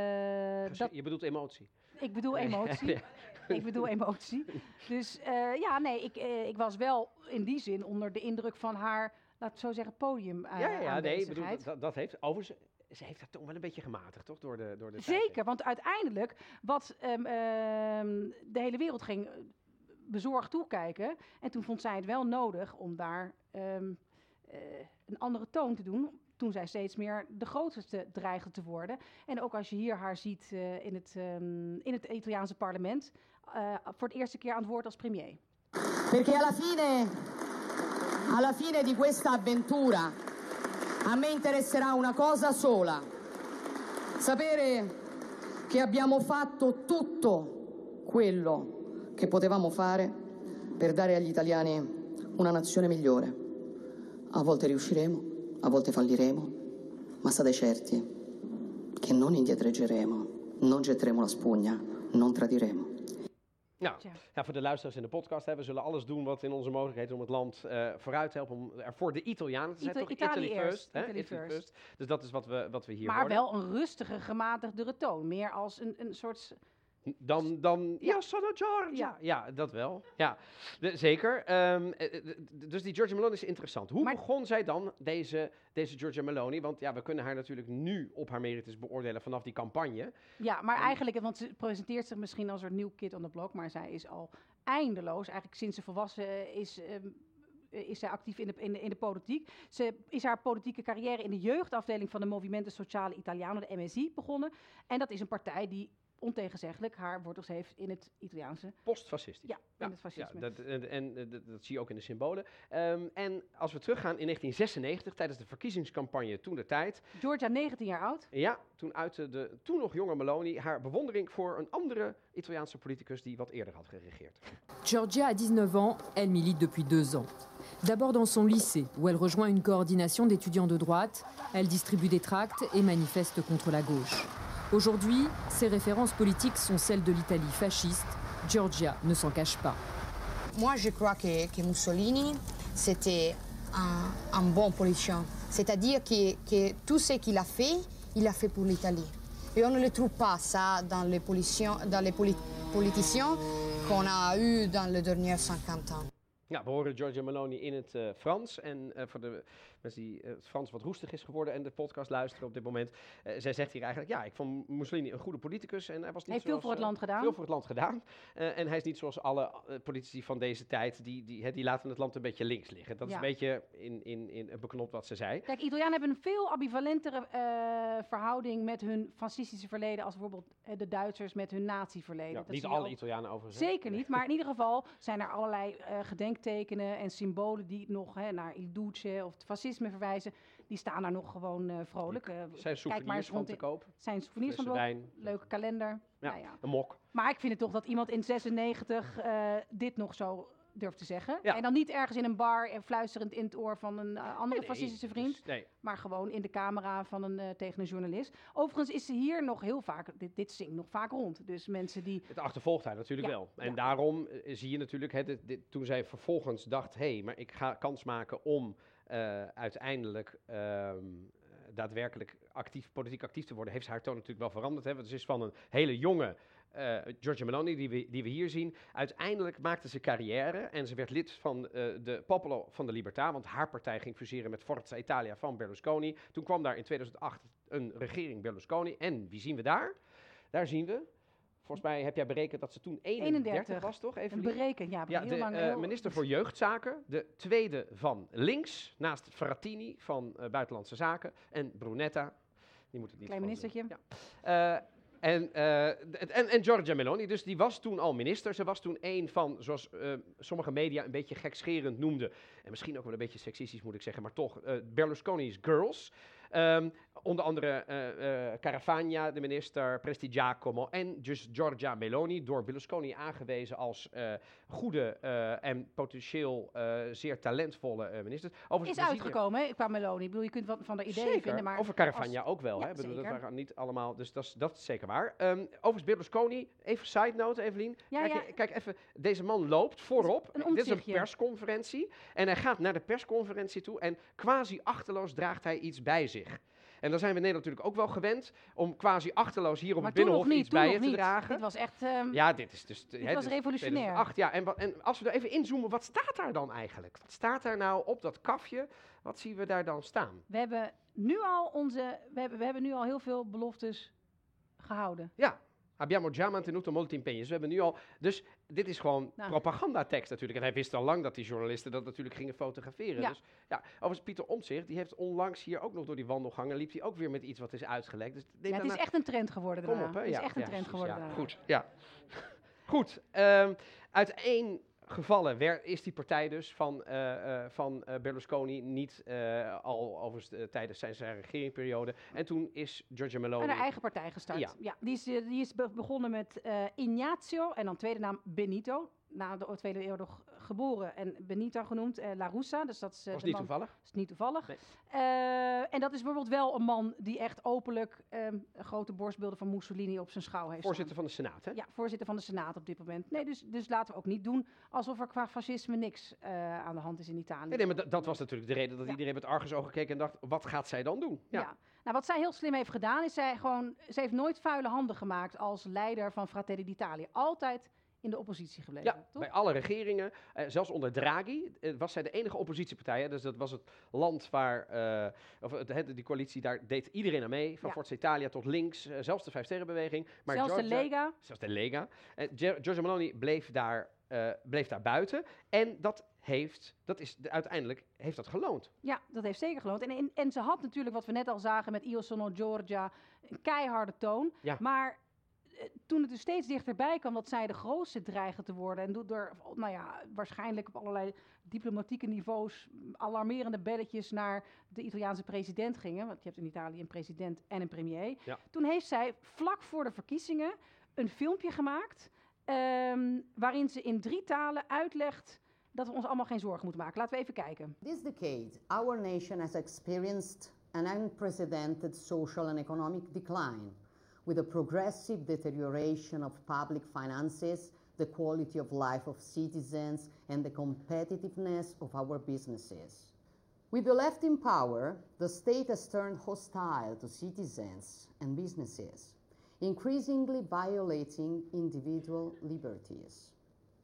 B: dat, je bedoelt emotie.
A: Ik bedoel emotie. ja. Ik bedoel emotie. Dus uh, ja, nee, ik, uh, ik was wel in die zin onder de indruk van haar, laat ik zo zeggen, podium uh,
B: Ja, ja, nee, bedoel, dat, dat heeft... Overigens, ze heeft haar toon wel een beetje gematigd, toch? Door de, door de
A: Zeker,
B: tijd.
A: want uiteindelijk, wat um, um, de hele wereld ging bezorgd toekijken. En toen vond zij het wel nodig om daar um, uh, een andere toon te doen. Toen zij steeds meer de grootste dreigde te worden. En ook als je hier haar ziet uh, in, het, um, in het Italiaanse parlement. Uh, voor het eerste keer aan het woord als premier.
D: Perché alla fine, alla fine di questa avventura, a me interesserà una cosa sola. Sapere che abbiamo fatto tutto quello che potevamo fare per dare agli italiani una nazione migliore. A volte riusciremo, a volte falliremo, ma state certi che non indietreggeremo, non getteremo la spugna, non tradiremo.
B: Nou, ja, voor de luisteraars in de podcast, hè, we zullen alles doen wat in onze mogelijkheid is om het land uh, vooruit te helpen, om er voor de Italianen te zijn.
A: Ita-
B: toch?
A: Italy
B: Italy
A: eerst,
B: first, hè?
A: Italy
B: Italy
A: first.
B: first. Dus dat is wat we, wat we hier
A: Maar
B: horen.
A: wel een rustige, gematigdere toon. Meer als een, een soort...
B: Dan, dan
A: Ja.
B: ja, sono Giorgia.
A: Ja.
B: Ja, dat wel. Ja, de, zeker. Um, eh, eh, dus die Giorgia Meloni is interessant. Hoe
A: Maar-
B: begon zij dan, deze, deze Giorgia Meloni? Want ja, we kunnen haar natuurlijk nu op haar merites beoordelen vanaf die campagne.
A: Ja, maar
B: En-
A: eigenlijk, want ze presenteert zich misschien als een nieuw kid on the block, maar zij is al eindeloos. Eigenlijk sinds ze volwassen is, um, is zij actief in de, in, de, in de politiek. Ze is haar politieke carrière in de jeugdafdeling van de Movimento Sociale Italiano, de M S I, begonnen. En dat is een partij die ontegenzeggelijk haar wortels heeft in het Italiaanse.
B: Postfascistisch.
A: Ja, in het fascisme.
B: Ja, dat, en en eh, dat, dat zie je ook in de symbolen. Um, en als we teruggaan in negentien zesennegentig, tijdens de verkiezingscampagne toen de tijd.
A: Giorgia, negentien jaar oud.
B: Ja, toen uitte de toen nog jonge Meloni haar bewondering voor een andere Italiaanse politicus die wat eerder had geregeerd.
E: Giorgia a dix-neuf ans, elle milite depuis deux ans. D'abord dans son lycée, où elle rejoint une coordination d'étudiants de droite. Elle distribue des tracts et manifeste contre la gauche. Aujourd'hui, ses références politiques sont celles de l'Italie fasciste. Giorgia ne s'en cache pas.
F: Moi, je crois que, que Mussolini, c'était un, un bon politicien. C'est-à-dire que, que tout ce qu'il a fait, il a fait pour l'Italie. Et on ne le trouve pas, ça, dans les, politiciens, dans les poli- politiciens qu'on a eu dans les dernières cinquante ans.
B: Ja, we horen Giorgia Meloni in het uh, Frans. En uh, voor de mensen die uh, het Frans wat roestig is geworden en de podcast luisteren op dit moment. Uh, zij zegt hier eigenlijk, ja, ik vond Mussolini een goede politicus. En hij was niet
A: Heeft veel
B: zoals,
A: voor het
B: uh,
A: land gedaan.
B: Veel voor het land gedaan. Uh, en hij is niet zoals alle uh, politici van deze tijd, die, die, he, die laten het land een beetje links liggen. Dat
A: Ja.
B: is een beetje in, in, in beknopt wat ze zei.
A: Kijk, Italianen hebben een veel ambivalentere uh, verhouding met hun fascistische verleden als bijvoorbeeld uh, de Duitsers met hun nazi-verleden.
B: Ja,
A: Dat
B: niet
A: zie je
B: alle
A: ook.
B: Italianen overigens.
A: Zeker niet, maar in ieder geval zijn er allerlei uh, gedenktekenen en symbolen die nog hè, naar Il Duce of het fascisme verwijzen. Die staan daar nog gewoon uh, vrolijk. Uh,
B: Er zijn
A: kijk maar
B: souvenirs
A: eens
B: van
A: rond
B: te
A: in-
B: koop.
A: zijn souvenirs van
B: Flessen
A: de
B: wijn.
A: leuke kalender.
B: Ja,
A: Nou ja.
B: een mok.
A: Maar ik vind het toch dat iemand in zesennegentig uh, dit nog zo durft te zeggen.
B: Ja.
A: En dan niet ergens in een bar en fluisterend in het oor van een uh, andere
B: Nee,
A: fascistische
B: dus-
A: vriend.
B: nee.
A: Maar gewoon in de camera van een, uh, tegen een journalist. Overigens is ze hier nog heel vaak, dit, dit zingt nog vaak rond. Dus mensen die...
B: Het achtervolgt hij natuurlijk
A: Ja,
B: wel. En
A: ja.
B: daarom uh, zie je natuurlijk, hè, dit, dit, toen zij vervolgens dacht, hé, hey, maar ik ga kans maken om uh, uiteindelijk um, daadwerkelijk actief, politiek actief te worden, heeft ze haar toon natuurlijk wel veranderd. Hè? Want ze is van een hele jonge uh, Giorgia Meloni, die we, die we hier zien. Uiteindelijk maakte ze carrière en ze werd lid van uh, de Popolo van de Libertà, want haar partij ging fuseren met Forza Italia van Berlusconi. Toen kwam daar in tweeduizend acht een regering Berlusconi. En wie zien we daar? Daar zien we, volgens mij heb jij berekend dat ze toen eenendertig,
A: eenendertig
B: was, toch? Even
A: Een bereken, ja.
B: ja,
A: heel
B: de
A: lang,
B: uh,
A: heel-
B: minister voor Jeugdzaken, de tweede van links, naast Frattini van uh, Buitenlandse Zaken en Brunetta, die moet het niet
A: Klein
B: gewoon doen.
A: ministertje.
B: Ja. Uh, en, uh, d- en, en Giorgia Meloni, dus die was toen al minister. Ze was toen een van, zoals uh, sommige media een beetje gekscherend noemden, en misschien ook wel een beetje seksistisch moet ik zeggen, maar toch, uh, Berlusconi's girls. Um, onder andere uh, uh, Carafagna, de minister, Prestigiacomo en dus Giorgia Meloni, door Berlusconi aangewezen als uh, goede uh, en potentieel uh, zeer talentvolle uh, minister. Overigens,
A: Is
B: we zien hier-
A: uitgekomen, hè, qua Meloni. Ik bedoel, je kunt wat van de ideeën
B: Zeker,
A: vinden, maar...
B: over Carafagna
A: als-
B: ook wel.
A: Ja,
B: hè? Bedoel, dat
A: zeker.
B: waren niet allemaal, dus dat is, dat is zeker waar. Um, overigens Berlusconi, even side note Evelien.
A: Ja,
B: kijk,
A: ja.
B: je- kijk even, deze man loopt voorop.
A: Een
B: Dit is een
A: omzichtje.
B: persconferentie. En hij gaat naar de persconferentie toe en quasi achterloos draagt hij iets bij zich. En dan zijn we in Nederland natuurlijk ook wel gewend om quasi achterloos hier op
A: Maar
B: het
A: toen nog
B: Binnenhof
A: niet,
B: iets
A: toen
B: bij
A: nog
B: je te
A: niet.
B: dragen.
A: Dit was echt... ehm,
B: Ja, dit is dus...
A: dit was revolutionair.
B: tweeduizend acht, ja. En, wa- en als we er even inzoomen, wat staat daar dan eigenlijk? Wat staat daar nou op dat kafje? Wat zien we daar dan staan?
A: We hebben nu al onze... We hebben, we hebben nu al heel veel beloftes gehouden.
B: Ja, abbiamo già mantenuto molti impegni. Dus we hebben nu al... Dus dit is gewoon
A: Nou.
B: propagandatekst natuurlijk. En hij wist al lang dat die journalisten dat natuurlijk gingen fotograferen.
A: Ja.
B: Dus ja, overigens Pieter Omtzigt, die heeft onlangs hier ook nog door die wandelgangen, liep hij ook weer met iets wat is uitgelekt. Dus neem
A: Ja, het is
B: daarna-
A: echt een trend geworden
B: Kom
A: daarna.
B: op, hè?
A: Het is
B: Ja,
A: echt een
B: ja,
A: trend
B: precies,
A: geworden
B: ja.
A: daarna.
B: Goed, ja. Goed, ehm uiteen gevallen wer, is die partij dus van, eh, eh, van eh, Berlusconi niet eh, al overigens eh, tijdens zijn, zijn regeringsperiode. En toen is Giorgia Meloni...
A: En haar eigen partij gestart.
B: Ja.
A: Ja. die, is, eh, die is be- begonnen met eh Ignazio en dan tweede naam Benito. Na de Tweede Wereldoorlog geboren en Benito genoemd, eh, La Russa. Dus dat is, eh,
B: was
A: de
B: niet
A: man-
B: toevallig.
A: Dat is niet toevallig.
B: Nee.
A: Eh, en dat is bijvoorbeeld wel een man die echt openlijk ehm, grote borstbeelden van Mussolini op zijn schouw heeft
B: Voorzitter van de Senaat, hè?
A: staan. Ja, voorzitter van de Senaat op dit moment. Nee, dus, dus laten we ook niet doen alsof er qua fascisme niks eh, aan de hand is in Italië.
B: Nee, nee, maar dat- dat was natuurlijk de reden dat
A: Ja.
B: iedereen met argusogen keek en dacht, wat gaat zij dan doen?
A: Ja. Nou, wat zij heel slim heeft gedaan, is zij gewoon... Ze heeft nooit vuile handen gemaakt als leider van Fratelli d'Italia. Altijd in de oppositie gebleven,
B: Ja,
A: toch?
B: bij alle regeringen, eh, zelfs onder Draghi, eh, was zij de enige oppositiepartij. Hè? Dus dat was het land waar, eh, of het, het- die coalitie, daar deed iedereen aan mee. Van
A: Ja.
B: Forza Italia tot links, eh, zelfs de Vijfsterrenbeweging. Maar
A: Zelfs de
B: Giorgia-
A: Lega.
B: Zelfs de Lega. En Gio- Giorgia Meloni bleef daar, eh, bleef daar buiten. En dat heeft, dat is de, uiteindelijk, heeft dat geloond.
A: Ja, dat heeft zeker geloond. En, en, en ze had natuurlijk, wat we net al zagen met Io sono Giorgia, een keiharde toon.
B: Ja.
A: Maar eh, toen het er steeds dichterbij kwam dat zij de grootste dreigde te worden... en do- door, nou ja, waarschijnlijk op allerlei diplomatieke niveaus... m, alarmerende belletjes naar de Italiaanse president gingen... want je hebt in Italië een president en een premier...
B: Ja.
A: toen heeft zij vlak voor de verkiezingen een filmpje gemaakt... ehm, waarin ze in drie talen uitlegt dat we ons allemaal geen zorgen moeten maken. Laten we even kijken.
G: This decade, our nation has experienced an unprecedented social and economic decline, with a progressive deterioration of public finances, the quality of life of citizens, and the competitiveness of our businesses. With the left in power, the state has turned hostile to citizens and businesses, increasingly violating individual liberties.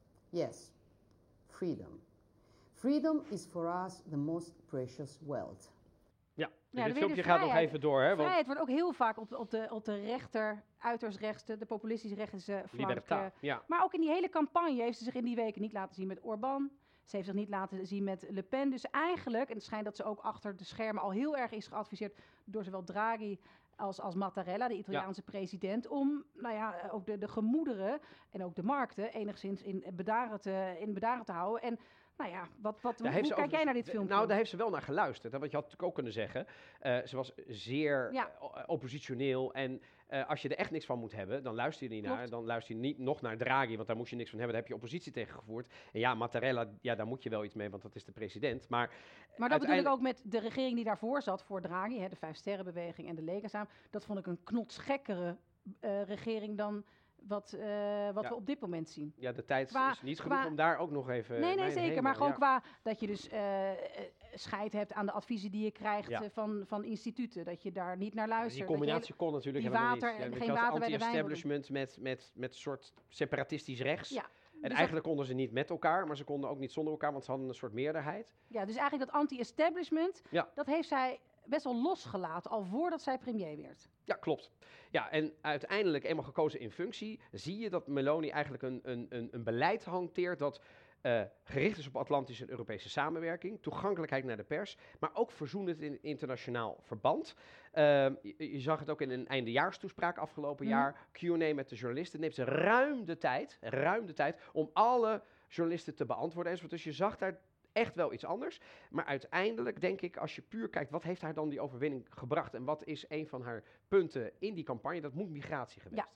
G: Yes, freedom. Freedom is for us the most precious wealth.
B: Ja,
A: Ja,
B: dit
A: dan weer de
B: filmpje gaat nog
A: vrijheid.
B: even door, hè? Want
A: Vrijheid wordt ook heel vaak op de, op de, op de rechter, uiterst rechtse, de populistisch rechtse flank.
B: libertà,
A: eh,
B: ja.
A: Maar ook in die hele campagne heeft ze zich in die weken niet laten zien met Orbán. Ze heeft zich niet laten zien met Le Pen. Dus eigenlijk, en het schijnt dat ze ook achter de schermen al heel erg is geadviseerd door zowel Draghi als, als Mattarella, de Italiaanse president, om nou ja, eh, ook de, de gemoederen en ook de markten enigszins in bedaren te, in bedaren te houden. En nou ja, wat, wat,
B: Daar
A: hoe,
B: heeft
A: hoe
B: ze
A: kijk jij
B: overigens-
A: naar dit
B: de-
A: filmpje?
B: Nou, daar heeft ze wel naar geluisterd. Hè? Want je had natuurlijk ook kunnen zeggen, eh, ze was zeer
A: Ja.
B: eh, o- oppositioneel. En eh, als je er echt niks van moet hebben, dan luister je er niet
A: Klopt.
B: naar. Dan luister je niet nog naar Draghi, want daar moest je niks van hebben. Daar heb je oppositie tegen gevoerd. En ja, Mattarella, ja, daar moet je wel iets mee, want dat is de president. Maar,
A: Maar dat bedoel ik
B: uiteindelijk-
A: ook met de regering die daarvoor zat, voor Draghi, hè, de Vijfsterrenbeweging en de Lega samen. Dat vond ik een knotsgekkere eh, regering dan wat, eh, wat
B: Ja.
A: we op dit moment zien.
B: Ja, de tijd
A: Qua-
B: is niet genoeg
A: qua-
B: om daar ook nog even...
A: nee, nee,
B: mijn
A: zeker.
B: hemel,
A: Maar gewoon
B: ja.
A: qua dat je dus eh, eh, scheid hebt aan de adviezen die je krijgt
B: Ja.
A: eh, van, van instituten. Dat je daar niet naar
B: Die
A: luistert. dat je
B: combinatie kon natuurlijk
A: die
B: helemaal
A: water-
B: niet. Ja,
A: geen
B: want je had
A: water bij de wijn wilde.
B: anti-establishment met, met, met soort separatistisch rechts.
A: Ja,
B: En
A: dus
B: eigenlijk konden ze niet met elkaar, maar ze konden ook niet zonder elkaar, want ze hadden een soort meerderheid.
A: Ja, dus eigenlijk dat anti-establishment,
B: Ja.
A: dat heeft zij best wel losgelaten, al voordat zij premier werd.
B: Ja, klopt. Ja, en uiteindelijk, eenmaal gekozen in functie, zie je dat Meloni eigenlijk een, een, een, een beleid hanteert dat eh, gericht is op Atlantische en Europese samenwerking, toegankelijkheid naar de pers, maar ook verzoenend in internationaal verband. Ehm, je, je zag het ook in een eindejaarstoespraak afgelopen
A: Mhm.
B: jaar, Q en A met de journalisten, neemt ze ruim de tijd, ruim de tijd om alle journalisten te beantwoorden enzovoort. Dus je zag daar echt wel iets anders. Maar uiteindelijk denk ik, als je puur kijkt, wat heeft haar dan die overwinning gebracht? En wat is een van haar punten in die campagne? Dat moet migratie geweest
A: Ja.
B: zijn.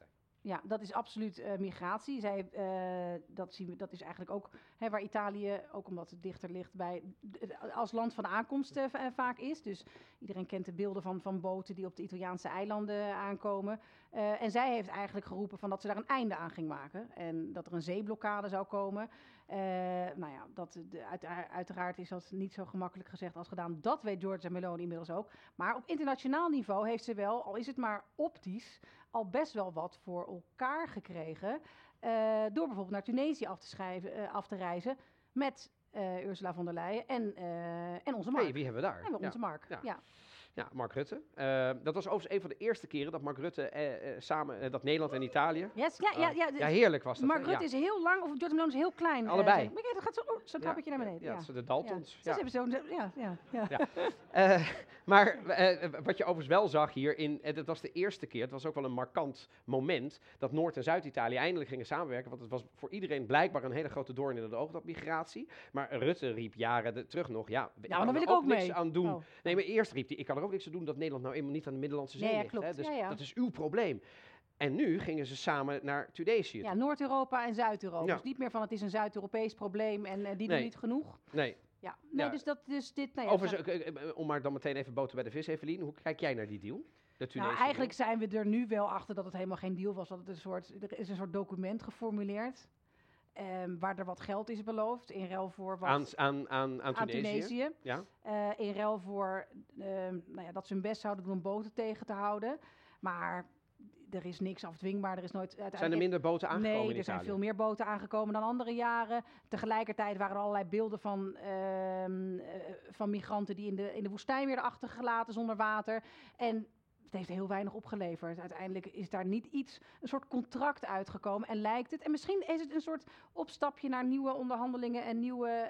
A: Ja, dat is absoluut uh, migratie. Zij, uh, dat, zien we, dat is eigenlijk ook hè, waar Italië, ook omdat het dichter ligt bij, als land van aankomst uh, vaak is. Dus iedereen kent de beelden van, van boten die op de Italiaanse eilanden aankomen. Uh, en zij heeft eigenlijk geroepen van dat ze daar een einde aan ging maken. En dat er een zeeblokkade zou komen. Uh, nou ja, dat, de, uit, uiteraard is dat niet zo gemakkelijk gezegd als gedaan. Dat weet Giorgia Meloni inmiddels ook. Maar op internationaal niveau heeft ze wel, al is het maar optisch, al best wel wat voor elkaar gekregen. Uh, door bijvoorbeeld naar Tunesië af te, schrijven, uh, af te reizen met uh, Ursula von der Leyen en, uh, en onze Mark.
B: Hey, wie hebben we daar?
A: En we onze
B: ja.
A: Mark, ja. ja.
B: Ja, Mark Rutte. Uh, dat was overigens een van de eerste keren dat Mark Rutte uh, uh, samen, uh, dat Nederland en Italië...
A: Yes, ja, ja, ja,
B: uh, ja, heerlijk was dat.
A: Mark
B: hè?
A: Rutte
B: ja.
A: is heel lang, of Giorgia Meloni is heel klein.
B: Allebei.
A: Uh, maar dat gaat zo'n zo trappetje
B: ja,
A: naar beneden.
B: Ja,
A: ja,
B: ja. de Daltons.
A: Ja.
B: Ja.
A: Ja. Zo, ja, ja, ja.
B: ja. Uh, maar uh, wat je overigens wel zag hier, in, uh, dat was de eerste keer, het was ook wel een markant moment, dat Noord- en Zuid-Italië eindelijk gingen samenwerken. Want het was voor iedereen blijkbaar een hele grote doorn in het oog, dat migratie. Maar Rutte riep jaren de, terug nog, ja, ik
A: nou,
B: kan
A: dan wil
B: er
A: ik
B: ook
A: ook
B: niks
A: mee.
B: aan doen.
A: Oh.
B: Nee, maar eerst riep hij, ik kan er ook niks aan doen dat Nederland nou eenmaal niet aan de Middellandse Zee
A: nee, ja,
B: ligt.
A: klopt.
B: Hè? Dus
A: ja, ja.
B: dat is uw probleem. En nu gingen ze samen naar Tunesië.
A: Ja, Noord-Europa en Zuid-Europa.
B: Ja.
A: Dus niet meer van het is een Zuid-Europees probleem en uh, die
B: nee.
A: doen niet genoeg.
B: Nee.
A: Ja, nee,
B: Ja.
A: dus dat dus dit. Nou ja,
B: Overigens, uh, uh, uh, om maar dan meteen even boter bij de vis, Evelien. Hoe kijk jij naar die deal? De
A: nou, eigenlijk zijn we er nu wel achter dat het helemaal geen deal was. Dat het een soort, er is een soort document geformuleerd. Um, waar er wat geld is beloofd in ruil voor wat
B: aan, aan, aan, aan,
A: aan
B: Tunesië.
A: Tunesië.
B: Ja.
A: Uh, in ruil voor uh, nou ja, dat ze hun best zouden doen om boten tegen te houden. Maar er is niks afdwingbaar. Er is nooit uiteindelijk
B: zijn er minder boten aangekomen
A: nee,
B: in
A: er zijn
B: Italië?
A: veel meer boten aangekomen dan andere jaren. Tegelijkertijd waren er allerlei beelden van, uh, uh, van migranten die in de, in de woestijn werden achtergelaten zonder water. En het heeft heel weinig opgeleverd. Uiteindelijk is daar niet iets, een soort contract uitgekomen en lijkt het. En misschien is het een soort opstapje naar nieuwe onderhandelingen en nieuwe,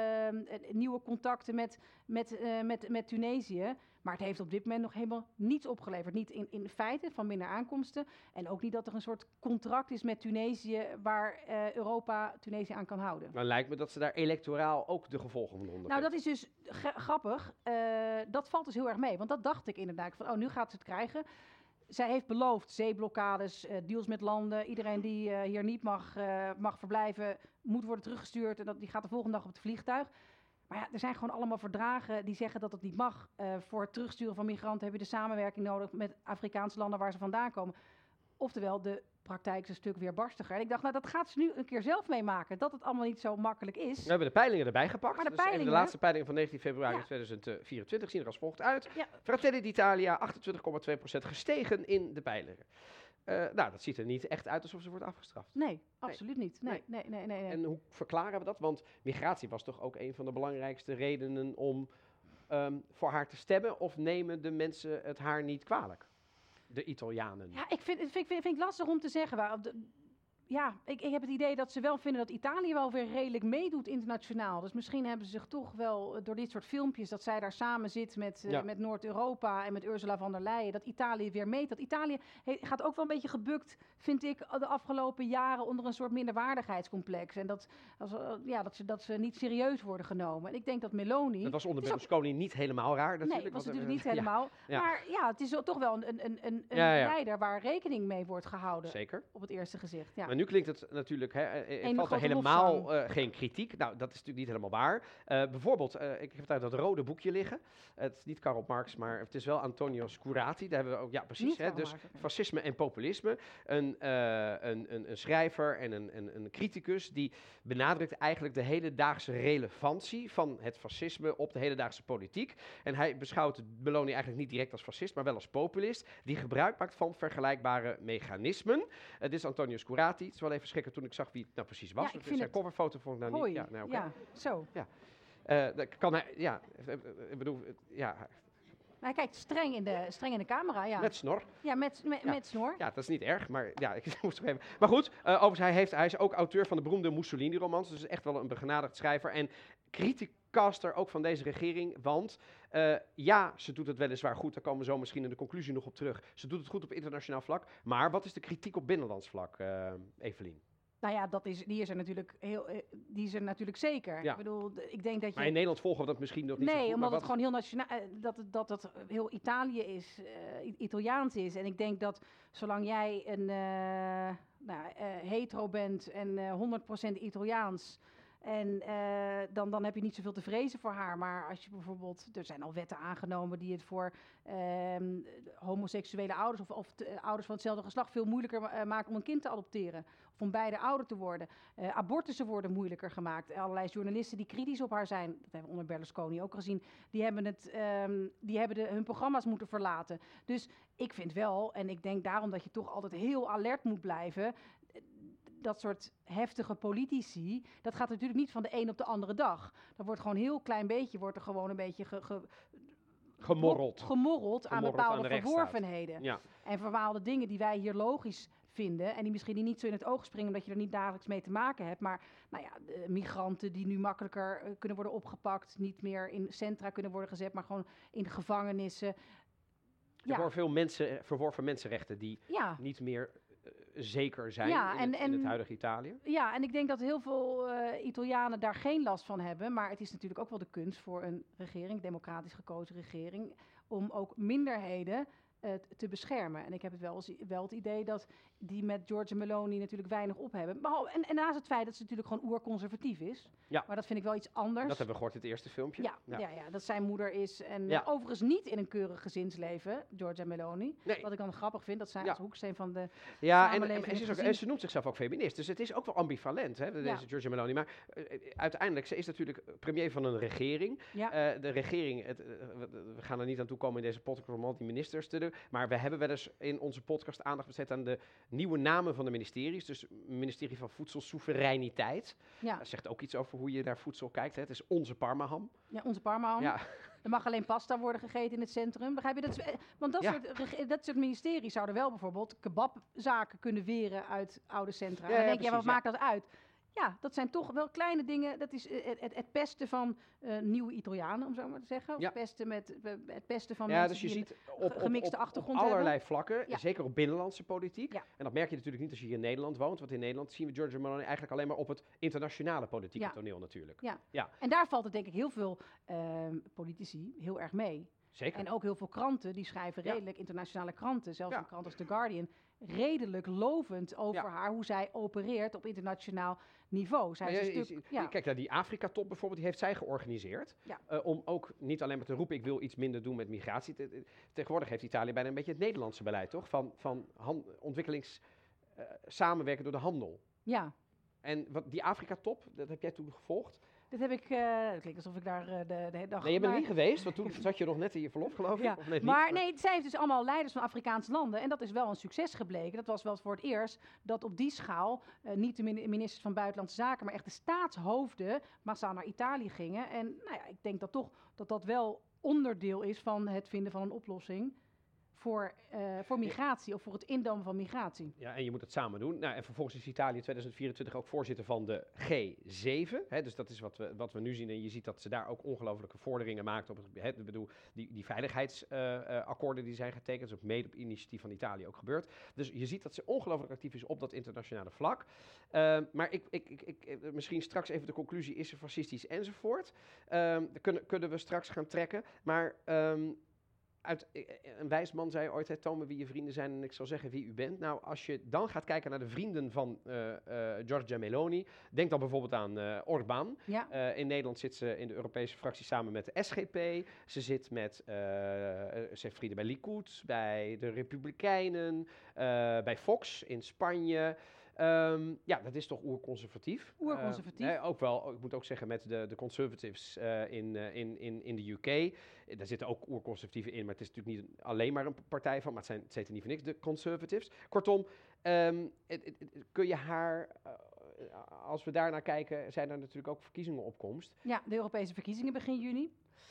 A: uh, nieuwe contacten met, met, uh, met, met Tunesië. Maar het heeft op dit moment nog helemaal niets opgeleverd. Niet in, in feite van minder aankomsten. En ook niet dat er een soort contract is met Tunesië waar uh, Europa Tunesië aan kan houden.
B: Dan lijkt me dat ze daar electoraal ook de gevolgen van ondervinden.
A: Nou, dat is dus g- grappig. Uh, dat valt dus heel erg mee. Want dat dacht ik inderdaad. Van, oh, nu gaat ze het krijgen. Zij heeft beloofd zeeblokkades, uh, deals met landen. Iedereen die uh, hier niet mag, uh, mag verblijven, moet worden teruggestuurd. En dat, die gaat de volgende dag op het vliegtuig. Maar ja, er zijn gewoon allemaal verdragen die zeggen dat het niet mag. Uh, voor het terugsturen van migranten heb je de samenwerking nodig met Afrikaanse landen waar ze vandaan komen. Oftewel, de praktijk is een stuk weerbarstiger. En ik dacht, nou, dat gaat ze nu een keer zelf meemaken. Dat het allemaal niet zo makkelijk is.
B: We hebben de peilingen erbij gepakt.
A: Maar de
B: dus even
A: peilingen,
B: de laatste peilingen van negentien februari
A: Ja.
B: tweeduizend vierentwintig zien er als volgt uit.
A: Ja.
B: Fratelli d'Italia, achtentwintig komma twee procent gestegen in de peilingen. Uh, nou, dat ziet er niet echt uit alsof ze wordt afgestraft.
A: Nee, absoluut niet. Nee, nee, nee, nee, nee.
B: En hoe verklaren we dat? Want migratie was toch ook een van de belangrijkste redenen om um, voor haar te stemmen? Of nemen de mensen het haar niet kwalijk? De Italianen.
A: Ja, ik vind, vind, vind, vind ik lastig om te zeggen. Waar, de, ja, ik, ik heb het idee dat ze wel vinden dat Italië wel weer redelijk meedoet internationaal. Dus misschien hebben ze zich toch wel door dit soort filmpjes, dat zij daar samen zit met, uh,
B: ja.
A: met Noord-Europa en met Ursula von der Leyen, dat Italië weer meet. Dat Italië he, gaat ook wel een beetje gebukt, vind ik, de afgelopen jaren onder een soort minderwaardigheidscomplex. En dat, als, uh, ja, dat, ze, dat ze niet serieus worden genomen. En ik denk dat Meloni...
B: Dat was onder Berlusconi niet helemaal raar natuurlijk.
A: Nee, was
B: want,
A: natuurlijk
B: uh,
A: niet helemaal.
B: Ja.
A: Maar ja, het is toch wel een, een, een, een
B: ja, ja.
A: leider waar rekening mee wordt gehouden.
B: Zeker.
A: Op het eerste gezicht, ja.
B: Maar nu klinkt het natuurlijk, hè, er
A: Eén
B: valt er
A: grote
B: helemaal uh, geen kritiek. Nou, dat is natuurlijk niet helemaal waar. Uh, bijvoorbeeld, uh, ik heb daar dat rode boekje liggen. Uh, het is niet Karl Marx, maar het is wel Antonio Scurati. Daar hebben we ook, ja precies, hè, dus
A: Marx, okay.
B: fascisme en populisme. Een, uh, een, een, een schrijver en een, een, een criticus die benadrukt eigenlijk de hedendaagse relevantie van het fascisme op de hedendaagse politiek. En hij beschouwt Meloni eigenlijk niet direct als fascist, maar wel als populist, die gebruik maakt van vergelijkbare mechanismen. Het is Antonio Scurati. Het is wel even schrikken toen ik zag wie het nou precies was.
A: Ja, ik
B: zijn
A: vind
B: coverfoto vond ik nou
A: Hoi.
B: niet. Ja, nou, okay.
A: Ja, zo.
B: Ja. Uh, dat kan hij, ja, ik bedoel, ja.
A: Maar hij kijkt streng in de, streng in de camera, ja.
B: Met snor.
A: Ja, met, met,
B: ja.
A: met snor.
B: Ja, dat is niet erg, maar ja, ik moest toch even. Maar goed, uh, overigens, hij, heeft, hij is ook auteur van de beroemde Mussolini-romans, dus echt wel een begenadigd schrijver en criticaster ook van deze regering, want uh, ja, ze doet het weliswaar goed, daar komen we zo misschien in de conclusie nog op terug. Ze doet het goed op internationaal vlak, maar wat is de kritiek op binnenlands vlak, uh, Evelien?
A: Nou ja, dat is, die is er natuurlijk heel, eh, die is er natuurlijk zeker.
B: Ja.
A: Ik bedoel, d- ik denk dat je.
B: Maar in Nederland volgen we dat misschien nog niet zo
A: Nee,
B: goed.
A: omdat
B: maar
A: het
B: wat-
A: gewoon heel nationaal, eh, dat, het- dat het heel Italië is, eh, I- Italiaans is. En ik denk dat zolang jij een eh, nou, eh, hetero bent en eh, honderd procent Italiaans. En eh, dan, dan heb je niet zoveel te vrezen voor haar. Maar als je bijvoorbeeld, er zijn al wetten aangenomen die het voor ehm, homoseksuele ouders of, of te- ouders van hetzelfde geslacht veel moeilijker ma- eh, maken om een kind te adopteren. Of om beide ouder te worden. Uh, abortussen worden moeilijker gemaakt. Allerlei journalisten die kritisch op haar zijn, dat hebben we onder Berlusconi ook gezien, die hebben, het, um, die hebben de, hun programma's moeten verlaten. Dus ik vind wel, en ik denk daarom dat je toch altijd heel alert moet blijven, dat soort heftige politici, dat gaat natuurlijk niet van de een op de andere dag. Dat wordt gewoon een heel klein beetje, wordt er gewoon een beetje ge, ge,
B: Gemorreld.
A: gemorreld aan
B: Gemorreld
A: bepaalde
B: aan de rechtsstaat.
A: verworvenheden.
B: Ja.
A: En bepaalde dingen die wij hier logisch vinden en die misschien niet zo in het oog springen omdat je er niet dagelijks mee te maken hebt. Maar nou ja, de migranten die nu makkelijker uh, kunnen worden opgepakt, niet meer in centra kunnen worden gezet, maar gewoon in gevangenissen.
B: Ja. Voor veel mensen, verworven mensenrechten die
A: ja.
B: niet meer uh, zeker zijn
A: ja,
B: in,
A: en,
B: het,
A: en,
B: in het huidige Italië.
A: Ja, en ik denk dat heel veel uh, Italianen daar geen last van hebben. Maar het is natuurlijk ook wel de kunst voor een regering, democratisch gekozen regering, om ook minderheden uh, te beschermen. En ik heb het wel, wel het idee dat die met Giorgia Meloni natuurlijk weinig op hebben. Maar, en, en naast het feit dat ze natuurlijk gewoon oerconservatief is.
B: Ja.
A: Maar dat vind ik wel iets anders.
B: Dat hebben we gehoord in het eerste filmpje.
A: Ja, ja. ja, ja dat zijn moeder is. En
B: ja.
A: uh, overigens niet in een keurig gezinsleven, Giorgia Meloni.
B: Nee.
A: Wat ik dan grappig vind, dat zij
B: ja.
A: als hoeksteen van de
B: ja,
A: samenleving
B: en, en, ze ook, en ze noemt zichzelf ook feminist. Dus het is ook wel ambivalent, hè, deze ja. Giorgia Meloni. Maar uh, uiteindelijk, ze is natuurlijk premier van een regering.
A: Ja.
B: Uh, de regering, het, uh, we gaan er niet aan toe komen in deze podcast om al die ministers te doen. Maar we hebben wel eens in onze podcast aandacht besteed aan de nieuwe namen van de ministeries. Dus het ministerie van Voedselsoevereiniteit. Ja. Dat zegt ook iets over hoe je naar voedsel kijkt. Hè. Het is onze Parmaham.
A: Ja, onze Parmaham.
B: Ja.
A: Er mag alleen pasta worden gegeten in het centrum. Begrijp je? Dat is, want dat, ja. soort, dat soort ministeries zouden wel bijvoorbeeld kebabzaken kunnen weren uit oude centra. Ja, en dan denk je, ja, wat ja. maakt dat uit? Ja, dat zijn toch wel kleine dingen. Dat is het, het, het pesten van uh, nieuwe Italianen, om zo maar te zeggen. Of ja. pesten met, het pesten van
B: ja,
A: mensen
B: dus je
A: die
B: ziet op, op,
A: gemixte
B: op,
A: achtergrond
B: op allerlei
A: hebben.
B: vlakken,
A: ja.
B: zeker op binnenlandse politiek.
A: Ja.
B: En dat merk je natuurlijk niet als je hier in Nederland woont. Want in Nederland zien we Giorgia Meloni eigenlijk alleen maar op het internationale politieke ja. toneel natuurlijk.
A: Ja.
B: Ja.
A: En daar valt het denk ik heel veel uh, politici heel erg mee.
B: Zeker.
A: En ook heel veel kranten, die schrijven redelijk, ja. internationale kranten, zelfs
B: ja.
A: een krant als The Guardian, redelijk lovend over ja. haar, hoe zij opereert op internationaal niveau. Zij is
B: ja,
A: een stuk,
B: is, ja. Kijk naar die Afrika-top bijvoorbeeld, die heeft zij georganiseerd. Ja. Uh, om ook niet alleen maar te roepen, ik wil iets minder doen met migratie. Te, te, tegenwoordig heeft Italië bijna een beetje het Nederlandse beleid, toch? Van, van hand, ontwikkelings uh, samenwerken door de handel.
A: Ja.
B: En wat, die Afrika-top, dat heb jij toen gevolgd.
A: Dit heb ik, uh, het klinkt alsof ik daar uh, de, de hele dag...
B: Nee, je bent er niet geweest, want toen zat je nog net in je verlof, geloof ik.
A: Ja.
B: Of net
A: maar
B: niet,
A: nee, zij heeft dus allemaal leiders van Afrikaanse landen. En dat is wel een succes gebleken. Dat was wel voor het eerst dat op die schaal uh, niet de ministers van Buitenlandse Zaken, maar echt de staatshoofden massaal naar Italië gingen. En nou ja, ik denk dat toch dat dat wel onderdeel is van het vinden van een oplossing voor, uh, voor migratie of voor het indammen van migratie.
B: Ja, en je moet het samen doen. Nou, en vervolgens is Italië tweeduizend vierentwintig ook voorzitter van de G zeven. Hè, dus dat is wat we, wat we nu zien. En je ziet dat ze daar ook ongelofelijke vorderingen maakt op het, hè, ik bedoel, die, die veiligheidsakkoorden uh, uh, die zijn getekend. Dat is ook mede op initiatief van Italië ook gebeurd. Dus je ziet dat ze ongelooflijk actief is op dat internationale vlak. Uh, maar ik, ik, ik, ik, misschien straks even de conclusie, is ze fascistisch enzovoort. Uh, kunnen, kunnen we straks gaan trekken. Maar... Um, Uit, een wijs man zei ooit, hè, toon me wie je vrienden zijn en ik zal zeggen wie u bent. Nou, als je dan gaat kijken naar de vrienden van uh, uh, Giorgia Meloni, denk dan bijvoorbeeld aan uh, Orbán. Ja. Uh, in Nederland zit ze in de Europese fractie samen met de S G P. Ze zit met, uh, ze heeft vrienden bij Likud, bij de Republikeinen, uh, bij Fox in Spanje. Um, ja, dat is toch oerconservatief.
A: Oerconservatief.
B: Uh, ook wel, ik moet ook zeggen, met de, de conservatives uh, in, uh, in, in, in de U K. Daar zitten ook oerconservatieven in, maar het is natuurlijk niet alleen maar een partij van, maar het, zijn, het zitten niet voor niks, de conservatives. Kortom, um, het, het, het, kun je haar, uh, als we daar naar kijken, zijn er natuurlijk ook verkiezingen op komst.
A: Ja, de Europese verkiezingen begin juni.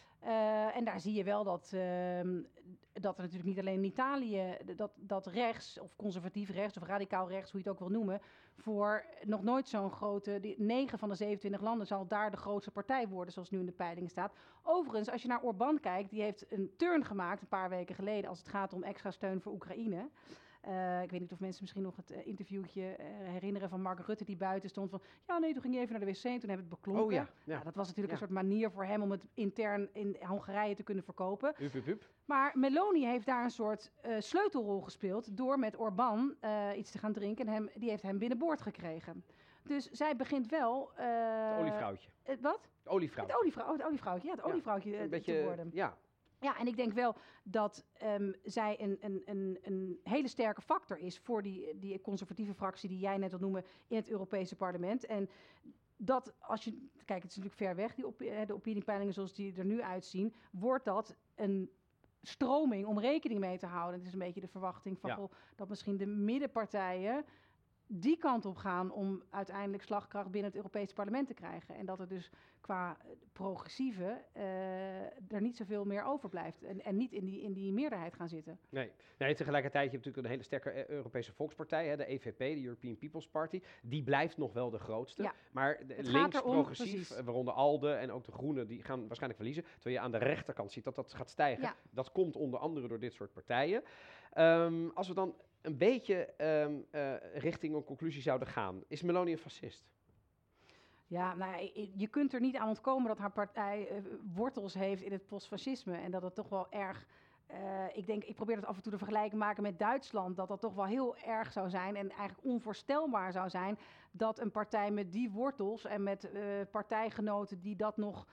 A: Uh, en daar zie je wel dat, uh, dat er natuurlijk niet alleen in Italië, dat, dat rechts of conservatief rechts of radicaal rechts, hoe je het ook wil noemen, voor nog nooit zo'n grote, die, negen van de zevenentwintig landen zal daar de grootste partij worden, zoals nu in de peiling staat. Overigens, als je naar Orbán kijkt, die heeft een turn gemaakt een paar weken geleden als het gaat om extra steun voor Oekraïne. Uh, ik weet niet of mensen misschien nog het uh, interviewtje uh, herinneren van Mark Rutte die buiten stond van... Ja, nee, toen ging hij even naar de wc en toen heb ik het beklonken.
B: Oh, ja, ja.
A: Ja, dat was natuurlijk
B: ja.
A: een soort manier voor hem om het intern in Hongarije te kunnen verkopen.
B: Hup, hup, hup.
A: Maar Meloni heeft daar een soort uh, sleutelrol gespeeld door met Orbán uh, iets te gaan drinken. En hem, die heeft hem binnenboord gekregen. Dus zij begint wel... Uh,
B: het olievrouwtje.
A: Uh, wat?
B: Het olievrouwtje.
A: Het, olievrouw, het olievrouwtje, ja, het olievrouwtje
B: ja,
A: uh,
B: een beetje,
A: te worden.
B: Ja.
A: Ja, en ik denk wel dat um, zij een, een, een, een hele sterke factor is voor die, die conservatieve fractie die jij net al noemde in het Europese parlement. En dat als je, kijk, het is natuurlijk ver weg, die op, de opiniepeilingen zoals die er nu uitzien, wordt dat een stroming om rekening mee te houden. Het is een beetje de verwachting van ja. goh, dat misschien de middenpartijen die kant op gaan om uiteindelijk slagkracht binnen het Europese parlement te krijgen. En dat er dus qua progressieve uh, er niet zoveel meer overblijft. En, en niet in die, in die meerderheid gaan zitten.
B: Nee. nee, tegelijkertijd heb je natuurlijk een hele sterke Europese volkspartij, hè, de E V P, de European People's Party. Die blijft nog wel de grootste. Ja. Maar links progressief, waaronder ALDE en ook de Groenen, die gaan waarschijnlijk verliezen. Terwijl je aan de rechterkant ziet dat dat gaat stijgen. Ja. Dat komt onder andere door dit soort partijen. Um, als we dan een beetje um, uh, richting een conclusie zouden gaan. Is Meloni een fascist?
A: Ja, nou, je kunt er niet aan ontkomen dat haar partij uh, wortels heeft in het postfascisme. En dat het toch wel erg... Uh, ik denk, ik probeer het af en toe te vergelijken maken met Duitsland. Dat dat toch wel heel erg zou zijn en eigenlijk onvoorstelbaar zou zijn dat een partij met die wortels en met uh, partijgenoten die dat nog...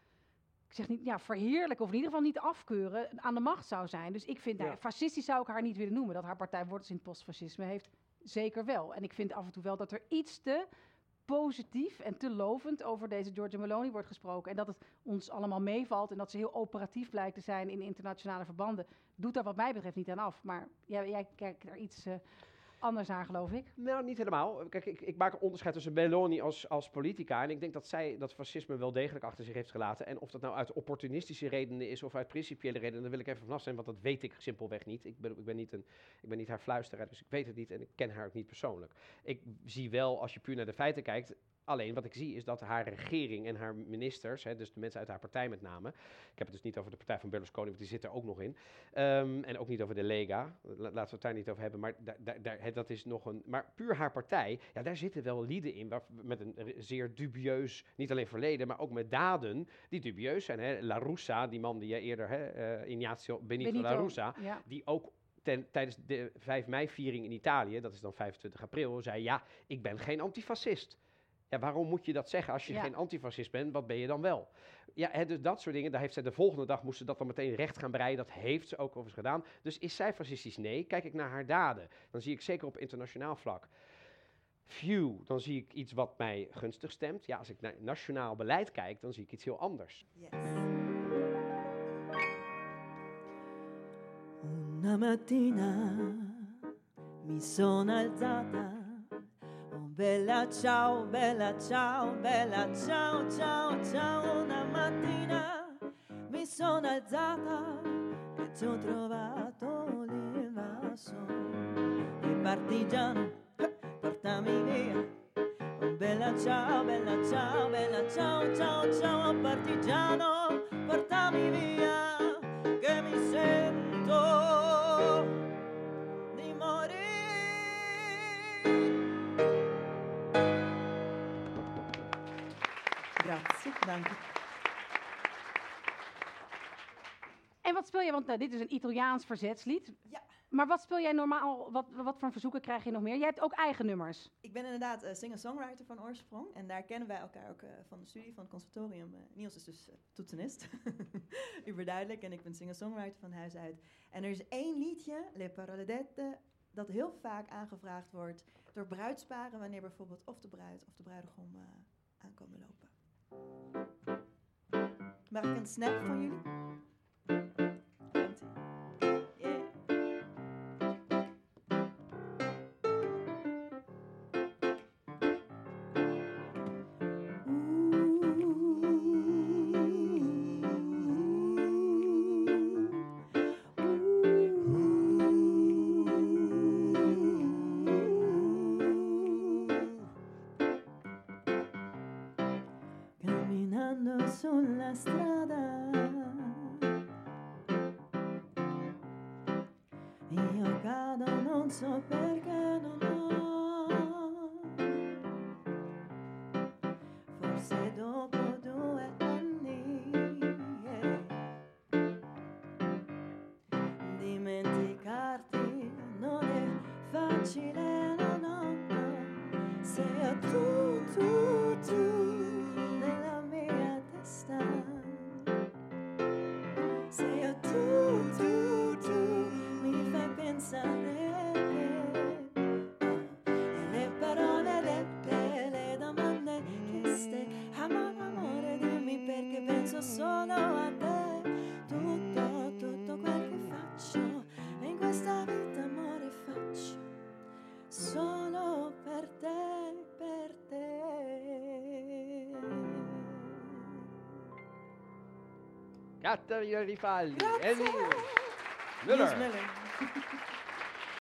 A: ik zeg niet, ja, verheerlijken of in ieder geval niet afkeuren, aan de macht zou zijn. Dus ik vind, ja. nou, fascistisch zou ik haar niet willen noemen. Dat haar partij wortels in het postfascisme heeft, zeker wel. En ik vind af en toe wel dat er iets te positief en te lovend over deze Giorgia Meloni wordt gesproken. En dat het ons allemaal meevalt en dat ze heel operatief blijkt te zijn in internationale verbanden. Doet daar wat mij betreft niet aan af. Maar jij, jij kijkt er iets... Uh, anders naar, geloof ik.
B: Nou, niet helemaal. Kijk, ik, ik maak een onderscheid tussen Meloni als, als politica. En ik denk dat zij dat fascisme wel degelijk achter zich heeft gelaten. En of dat nou uit opportunistische redenen is of uit principiële redenen, daar wil ik even vanaf zijn, want dat weet ik simpelweg niet. Ik ben, ik ben, niet, een, ik ben niet haar fluisteraar, dus ik weet het niet en ik ken haar ook niet persoonlijk. Ik zie wel, als je puur naar de feiten kijkt, alleen wat ik zie is dat haar regering en haar ministers, hè, dus de mensen uit haar partij met name, ik heb het dus niet over de partij van Berlusconi, want die zit er ook nog in, um, en ook niet over de Lega, La, laten we het daar niet over hebben, maar da, da, da, he, dat is nog een, maar puur haar partij, ja, daar zitten wel lieden in, waar, met een zeer dubieus, niet alleen verleden, maar ook met daden die dubieus zijn. Hè. La Russa, die man die je eerder, hè, uh, Ignazio Benito, Benito La Russa, ja. die ook ten, tijdens de vijf mei-viering in Italië, dat is dan vijfentwintig april, zei ja, ik ben geen antifascist. Ja, waarom moet je dat zeggen? Als je ja. geen antifascist bent, wat ben je dan wel? Ja, hè, dus dat soort dingen, daar heeft zij de volgende dag, moest ze dat dan meteen recht gaan breien. Dat heeft ze ook overigens gedaan. Dus is zij fascistisch? Nee. Kijk ik naar haar daden, dan zie ik zeker op internationaal vlak. Phew, dan zie ik iets wat mij gunstig stemt. Ja, als ik naar nationaal beleid kijk, dan zie ik iets heel anders.
C: Yes. Una mattina mi sono alzata. Bella ciao, bella ciao, bella ciao, ciao, ciao. Una mattina mi sono alzata e ti ho trovato l'invaso. Il partigiano, portami via. Oh, bella ciao, bella ciao, bella ciao, ciao, ciao. Partigiano, portami via, che mi sento di morire. Grazie, dank je.
A: En wat speel je, want nou, dit is een Italiaans verzetslied.
C: Ja.
A: Maar wat speel jij normaal, wat, wat voor verzoeken krijg je nog meer? Jij hebt ook eigen nummers.
C: Ik ben inderdaad uh, singer-songwriter van oorsprong. En daar kennen wij elkaar ook uh, van de studie, van het conservatorium. Uh, Niels is dus uh, toetsenist, überduidelijk. En ik ben singer-songwriter van huis uit. En er is één liedje, Le Parole Dette, dat heel vaak aangevraagd wordt door bruidsparen, wanneer bijvoorbeeld of de bruid of de bruidegom uh, aankomen lopen. Mag ik een snap van jullie? Komt-ie. Yeah. Sulla strada io cado, non so perché non ho. Forse dopo due anni yeah. Dimenticarti non è facile, no, no, no. Sei tu, tu, tu nella mia testa. Sei tu, tu, tu mi fai pensare. E le parole dette, le domande chieste. Amore, amore, dimmi perché penso solo a te. Tutto, tutto quel che faccio in questa vita, amore, faccio solo per te, per te.
B: Caterina Rifaldi,
C: Grazie.
B: e Nils
C: Nils
B: Müller.
C: Müller.